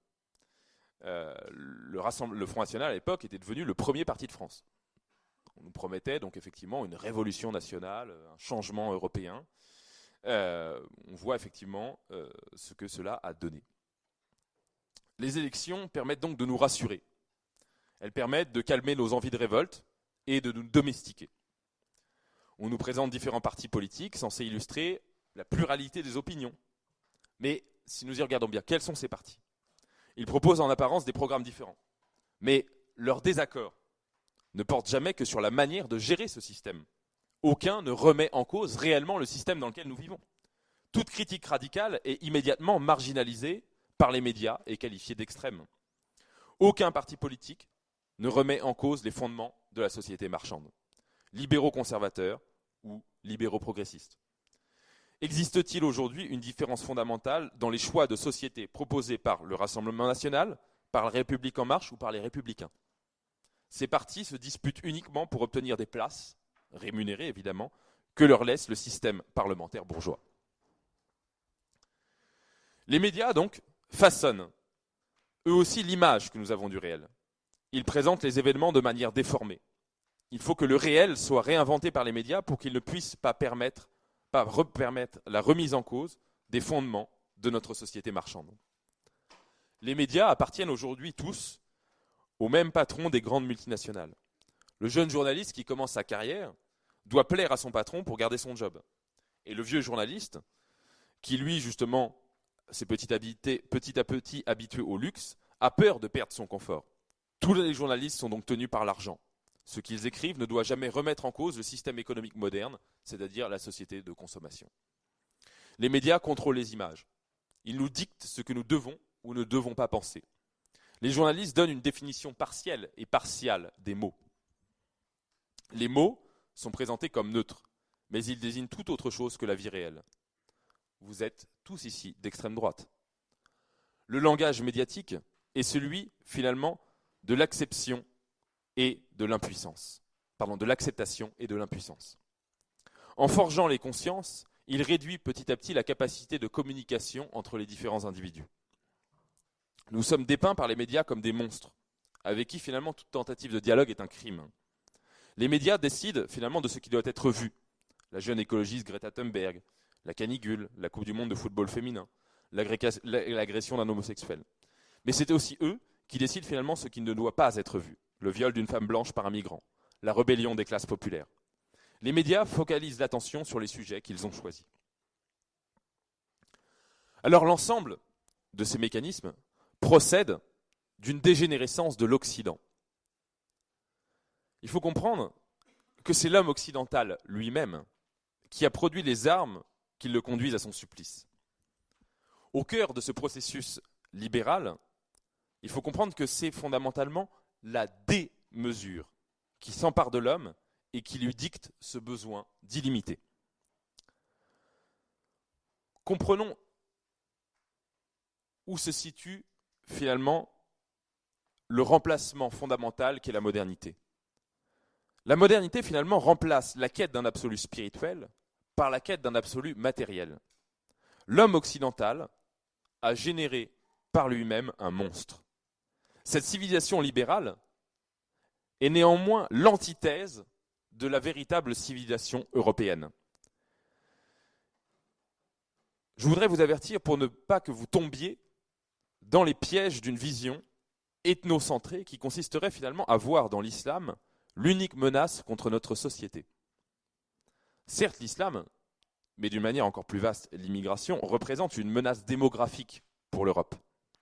Le Front National à l'époque était devenu le premier parti de France. On nous promettait donc effectivement une révolution nationale, un changement européen. On voit effectivement ce que cela a donné. Les élections permettent donc de nous rassurer. Elles permettent de calmer nos envies de révolte et de nous domestiquer. On nous présente différents partis politiques censés illustrer la pluralité des opinions. Mais si nous y regardons bien, quels sont ces partis ? Ils proposent en apparence des programmes différents. Mais leur désaccord ne porte jamais que sur la manière de gérer ce système. Aucun ne remet en cause réellement le système dans lequel nous vivons. Toute critique radicale est immédiatement marginalisée par les médias et qualifiée d'extrême. Aucun parti politique ne remet en cause les fondements de la société marchande. Libéraux conservateurs ou libéraux progressistes. Existe-t-il aujourd'hui une différence fondamentale dans les choix de société proposés par le Rassemblement national, par la République en marche ou par les Républicains ? Ces partis se disputent uniquement pour obtenir des places, rémunérées évidemment, que leur laisse le système parlementaire bourgeois. Les médias, donc, façonnent eux aussi l'image que nous avons du réel. Ils présentent les événements de manière déformée. Il faut que le réel soit réinventé par les médias pour qu'il ne puisse pas permettre la remise en cause des fondements de notre société marchande. Les médias appartiennent aujourd'hui tous au même patron des grandes multinationales. Le jeune journaliste qui commence sa carrière doit plaire à son patron pour garder son job. Et le vieux journaliste, qui lui justement s'est petit à petit habitué au luxe, a peur de perdre son confort. Tous les journalistes sont donc tenus par l'argent. Ce qu'ils écrivent ne doit jamais remettre en cause le système économique moderne, c'est-à-dire la société de consommation. Les médias contrôlent les images. Ils nous dictent ce que nous devons ou ne devons pas penser. Les journalistes donnent une définition partielle et partiale des mots. Les mots sont présentés comme neutres, mais ils désignent tout autre chose que la vie réelle. Vous êtes tous ici d'extrême droite. Le langage médiatique est celui, finalement, de l'acceptation et de l'impuissance. De l'acceptation et de l'impuissance. En forgeant les consciences, il réduit petit à petit la capacité de communication entre les différents individus. Nous sommes dépeints par les médias comme des monstres, avec qui finalement toute tentative de dialogue est un crime. Les médias décident finalement de ce qui doit être vu. La jeune écologiste Greta Thunberg, la canicule, la Coupe du monde de football féminin, l'agression d'un homosexuel. Mais c'est aussi eux qui décident finalement ce qui ne doit pas être vu. Le viol d'une femme blanche par un migrant, la rébellion des classes populaires. Les médias focalisent l'attention sur les sujets qu'ils ont choisis. Alors l'ensemble de ces mécanismes procède d'une dégénérescence de l'Occident. Il faut comprendre que c'est l'homme occidental lui-même qui a produit les armes qui le conduisent à son supplice. Au cœur de ce processus libéral, il faut comprendre que c'est fondamentalement la démesure qui s'empare de l'homme et qui lui dicte ce besoin d'illimité. Comprenons où se situe finalement le remplacement fondamental qu'est la modernité. La modernité finalement remplace la quête d'un absolu spirituel par la quête d'un absolu matériel. L'homme occidental a généré par lui-même un monstre. Cette civilisation libérale est néanmoins l'antithèse de la véritable civilisation européenne. Je voudrais vous avertir pour ne pas que vous tombiez dans les pièges d'une vision ethnocentrée qui consisterait finalement à voir dans l'islam l'unique menace contre notre société. Certes, l'islam, mais d'une manière encore plus vaste, l'immigration, représente une menace démographique pour l'Europe.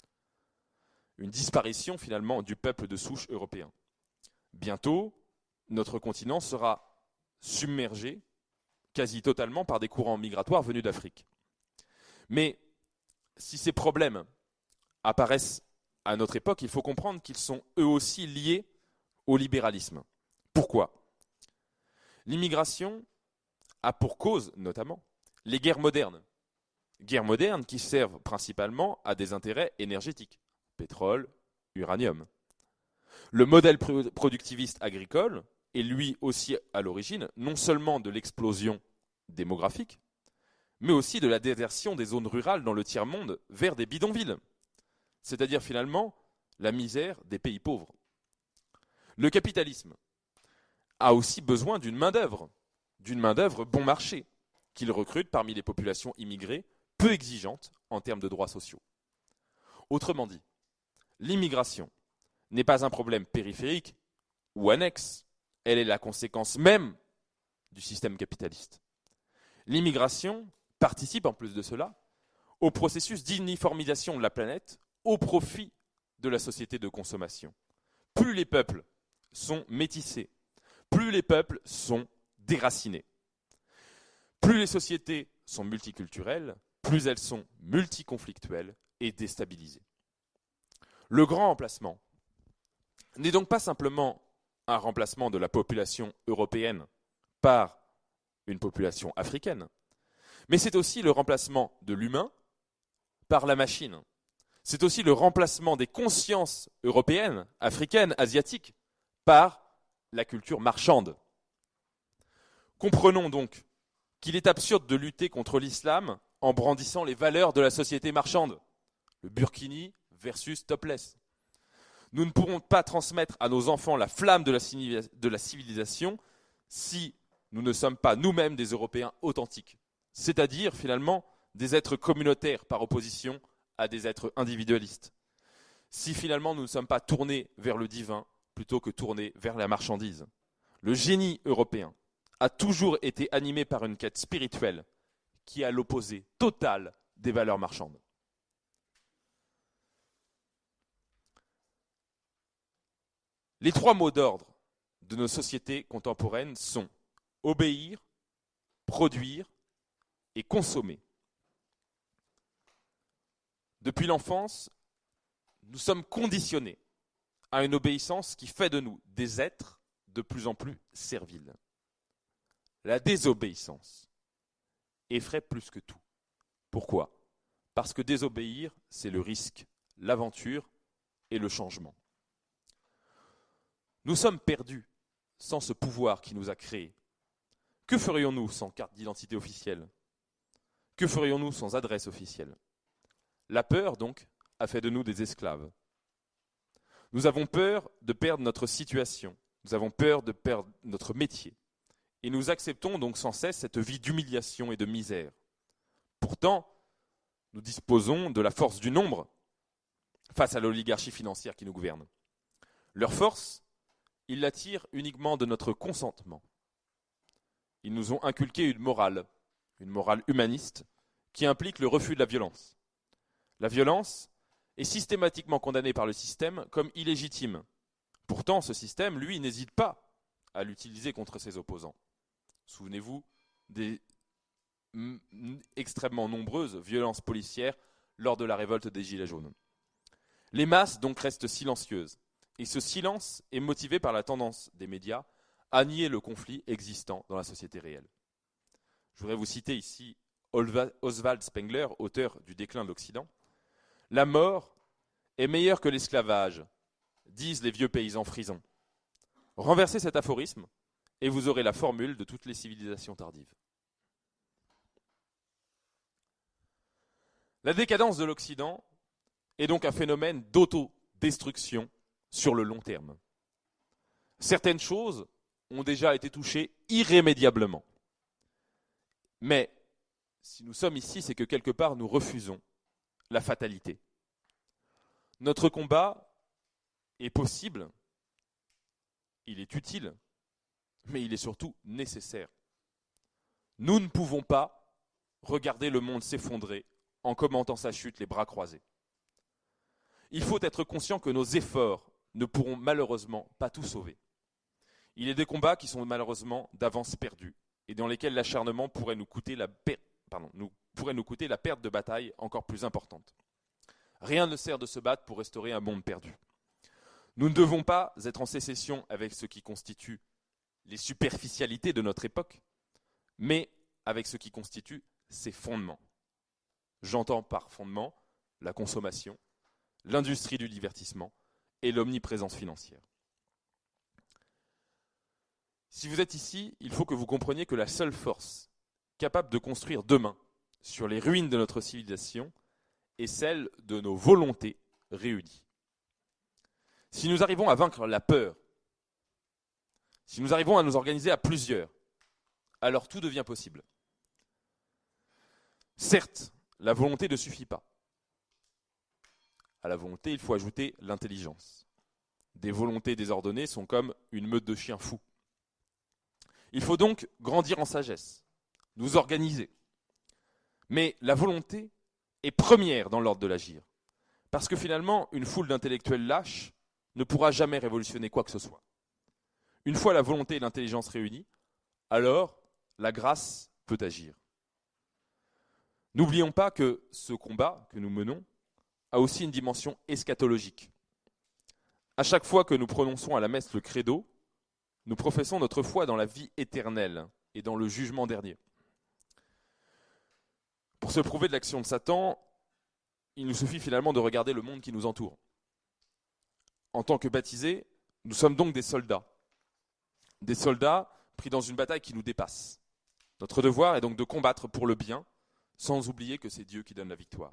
Une disparition finalement du peuple de souche européen. Bientôt, notre continent sera submergé quasi totalement par des courants migratoires venus d'Afrique. Mais si ces problèmes apparaissent à notre époque, il faut comprendre qu'ils sont eux aussi liés au libéralisme. Pourquoi ? L'immigration a pour cause, notamment, les guerres modernes. Guerres modernes qui servent principalement à des intérêts énergétiques, pétrole, uranium. Le modèle productiviste agricole est lui aussi à l'origine non seulement de l'explosion démographique, mais aussi de la désertion des zones rurales dans le tiers-monde vers des bidonvilles, c'est-à-dire finalement la misère des pays pauvres. Le capitalisme a aussi besoin d'une main-d'œuvre bon marché, qu'il recrute parmi les populations immigrées peu exigeantes en termes de droits sociaux. Autrement dit, l'immigration n'est pas un problème périphérique ou annexe, elle est la conséquence même du système capitaliste. L'immigration participe en plus de cela au processus d'uniformisation de la planète au profit de la société de consommation. Plus les peuples sont métissés, plus les peuples sont déracinés. Plus les sociétés sont multiculturelles, plus elles sont multiconflictuelles et déstabilisées. Le grand remplacement n'est donc pas simplement un remplacement de la population européenne par une population africaine, mais c'est aussi le remplacement de l'humain par la machine. C'est aussi le remplacement des consciences européennes, africaines, asiatiques, par la culture marchande. Comprenons donc qu'il est absurde de lutter contre l'islam en brandissant les valeurs de la société marchande. Le burkini versus topless. Nous ne pourrons pas transmettre à nos enfants la flamme de la civilisation si nous ne sommes pas nous-mêmes des Européens authentiques, c'est-à-dire finalement des êtres communautaires par opposition à des êtres individualistes. Si finalement nous ne sommes pas tournés vers le divin plutôt que tournés vers la marchandise. Le génie européen a toujours été animé par une quête spirituelle qui est à l'opposé total des valeurs marchandes. Les trois mots d'ordre de nos sociétés contemporaines sont obéir, produire et consommer. Depuis l'enfance, nous sommes conditionnés à une obéissance qui fait de nous des êtres de plus en plus serviles. La désobéissance effraie plus que tout. Pourquoi ? Parce que désobéir, c'est le risque, l'aventure et le changement. Nous sommes perdus sans ce pouvoir qui nous a créés. Que ferions-nous sans carte d'identité officielle ? Que ferions-nous sans adresse officielle ? La peur, donc, a fait de nous des esclaves. Nous avons peur de perdre notre situation. Nous avons peur de perdre notre métier. Et nous acceptons donc sans cesse cette vie d'humiliation et de misère. Pourtant, nous disposons de la force du nombre face à l'oligarchie financière qui nous gouverne. Leur force, ils la tirent uniquement de notre consentement. Ils nous ont inculqué une morale humaniste, qui implique le refus de la violence. La violence est systématiquement condamnée par le système comme illégitime. Pourtant, ce système, lui, n'hésite pas à l'utiliser contre ses opposants. Souvenez-vous des extrêmement nombreuses violences policières lors de la révolte des Gilets jaunes. Les masses donc restent silencieuses. Et ce silence est motivé par la tendance des médias à nier le conflit existant dans la société réelle. Je voudrais vous citer ici Oswald Spengler, auteur du Déclin de l'Occident. « La mort est meilleure que l'esclavage, disent les vieux paysans frisons. Renversez cet aphorisme et vous aurez la formule de toutes les civilisations tardives. » La décadence de l'Occident est donc un phénomène d'autodestruction sur le long terme. Certaines choses ont déjà été touchées irrémédiablement. Mais si nous sommes ici, c'est que quelque part nous refusons la fatalité. Notre combat est possible, il est utile, mais il est surtout nécessaire. Nous ne pouvons pas regarder le monde s'effondrer en commentant sa chute les bras croisés. Il faut être conscient que nos efforts ne pourront malheureusement pas tout sauver. Il y a des combats qui sont malheureusement d'avance perdus et dans lesquels l'acharnement pourrait nous coûter la perte de bataille encore plus importante. Rien ne sert de se battre pour restaurer un monde perdu. Nous ne devons pas être en sécession avec ce qui constitue les superficialités de notre époque, mais avec ce qui constitue ses fondements. J'entends par fondement la consommation, l'industrie du divertissement et l'omniprésence financière. Si vous êtes ici, il faut que vous compreniez que la seule force capable de construire demain sur les ruines de notre civilisation est celle de nos volontés réunies. Si nous arrivons à vaincre la peur, si nous arrivons à nous organiser à plusieurs, alors tout devient possible. Certes, la volonté ne suffit pas. À la volonté, il faut ajouter l'intelligence. Des volontés désordonnées sont comme une meute de chiens fous. Il faut donc grandir en sagesse, nous organiser. Mais la volonté est première dans l'ordre de l'agir. Parce que finalement, une foule d'intellectuels lâches ne pourra jamais révolutionner quoi que ce soit. Une fois la volonté et l'intelligence réunies, alors la grâce peut agir. N'oublions pas que ce combat que nous menons a aussi une dimension eschatologique. À chaque fois que nous prononçons à la messe le credo, nous professons notre foi dans la vie éternelle et dans le jugement dernier. Pour se prouver de l'action de Satan, il nous suffit finalement de regarder le monde qui nous entoure. En tant que baptisés, nous sommes donc des soldats pris dans une bataille qui nous dépasse. Notre devoir est donc de combattre pour le bien, sans oublier que c'est Dieu qui donne la victoire.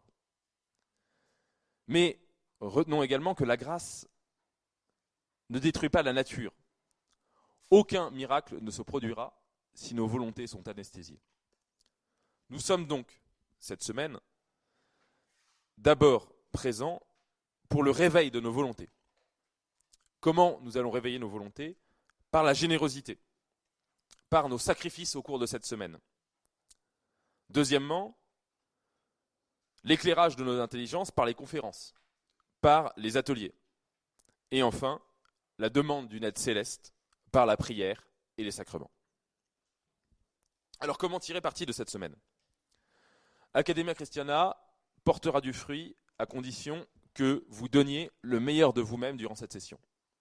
Mais retenons également que la grâce ne détruit pas la nature. Aucun miracle ne se produira si nos volontés sont anesthésiées. Nous sommes donc, cette semaine, d'abord présents pour le réveil de nos volontés. Comment nous allons réveiller nos volontés ? Par la générosité, par nos sacrifices au cours de cette semaine. Deuxièmement, l'éclairage de nos intelligences par les conférences, par les ateliers. Et enfin, la demande d'une aide céleste par la prière et les sacrements. Alors comment tirer parti de cette semaine ? Academia Christiana portera du fruit à condition que vous donniez le meilleur de vous-même durant cette session.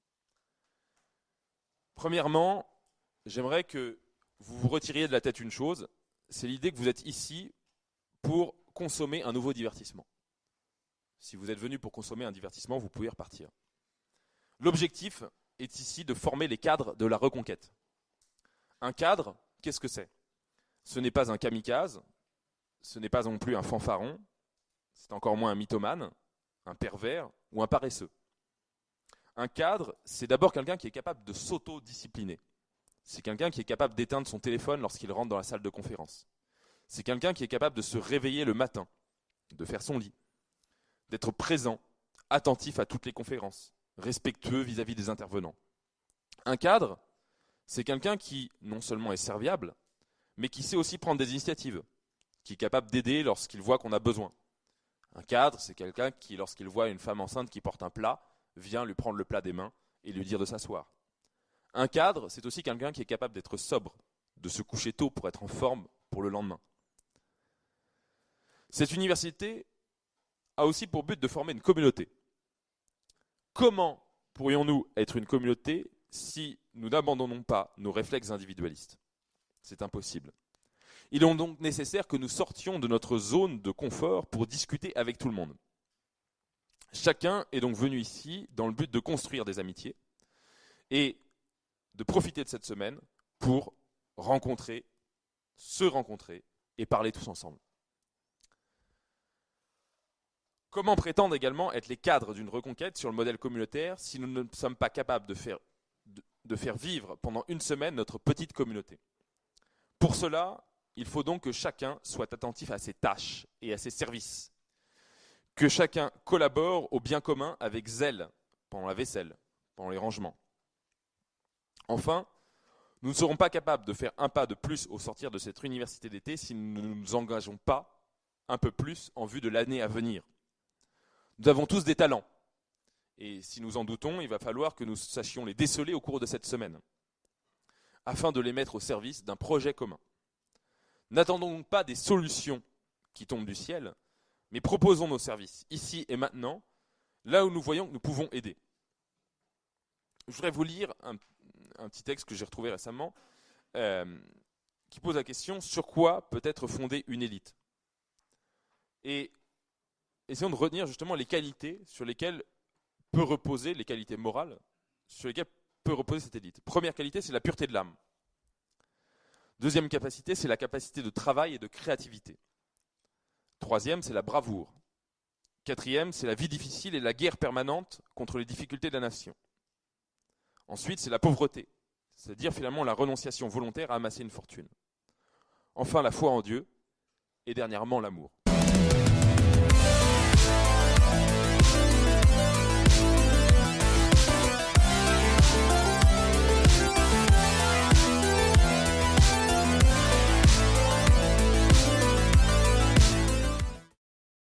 Premièrement, j'aimerais que vous vous retiriez de la tête une chose, c'est l'idée que vous êtes ici pour consommer un nouveau divertissement. Si vous êtes venu pour consommer un divertissement, vous pouvez repartir. L'objectif est ici de former les cadres de la reconquête. Un cadre, qu'est-ce que c'est ? Ce n'est pas un kamikaze, ce n'est pas non plus un fanfaron, c'est encore moins un mythomane, un pervers ou un paresseux. Un cadre, c'est d'abord quelqu'un qui est capable de s'auto-discipliner. C'est quelqu'un qui est capable d'éteindre son téléphone lorsqu'il rentre dans la salle de conférence. C'est quelqu'un qui est capable de se réveiller le matin, de faire son lit, d'être présent, attentif à toutes les conférences, respectueux vis-à-vis des intervenants. Un cadre, c'est quelqu'un qui non seulement est serviable, mais qui sait aussi prendre des initiatives, qui est capable d'aider lorsqu'il voit qu'on a besoin. Un cadre, c'est quelqu'un qui, lorsqu'il voit une femme enceinte qui porte un plat, vient lui prendre le plat des mains et lui dire de s'asseoir. Un cadre, c'est aussi quelqu'un qui est capable d'être sobre, de se coucher tôt pour être en forme pour le lendemain. Cette université a aussi pour but de former une communauté. Comment pourrions-nous être une communauté si nous n'abandonnons pas nos réflexes individualistes? C'est impossible. Il est donc nécessaire que nous sortions de notre zone de confort pour discuter avec tout le monde. Chacun est donc venu ici dans le but de construire des amitiés et de profiter de cette semaine pour se rencontrer et parler tous ensemble. Comment prétendre également être les cadres d'une reconquête sur le modèle communautaire si nous ne sommes pas capables de faire vivre pendant une semaine notre petite communauté? Pour cela, il faut donc que chacun soit attentif à ses tâches et à ses services, que chacun collabore au bien commun avec zèle pendant la vaisselle, pendant les rangements. Enfin, nous ne serons pas capables de faire un pas de plus au sortir de cette université d'été si nous ne nous engageons pas un peu plus en vue de l'année à venir. Nous avons tous des talents, et si nous en doutons, il va falloir que nous sachions les déceler au cours de cette semaine, afin de les mettre au service d'un projet commun. N'attendons donc pas des solutions qui tombent du ciel, mais proposons nos services, ici et maintenant, là où nous voyons que nous pouvons aider. Je voudrais vous lire un petit texte que j'ai retrouvé récemment, qui pose la question « Sur quoi peut être fondée une élite ?» Et essayons de retenir justement les qualités sur lesquelles peut reposer, les qualités morales, sur lesquelles peut reposer cette élite. Première qualité, c'est la pureté de l'âme. Deuxième capacité, c'est la capacité de travail et de créativité. Troisième, c'est la bravoure. Quatrième, c'est la vie difficile et la guerre permanente contre les difficultés de la nation. Ensuite, c'est la pauvreté, c'est-à-dire finalement la renonciation volontaire à amasser une fortune. Enfin, la foi en Dieu et dernièrement l'amour.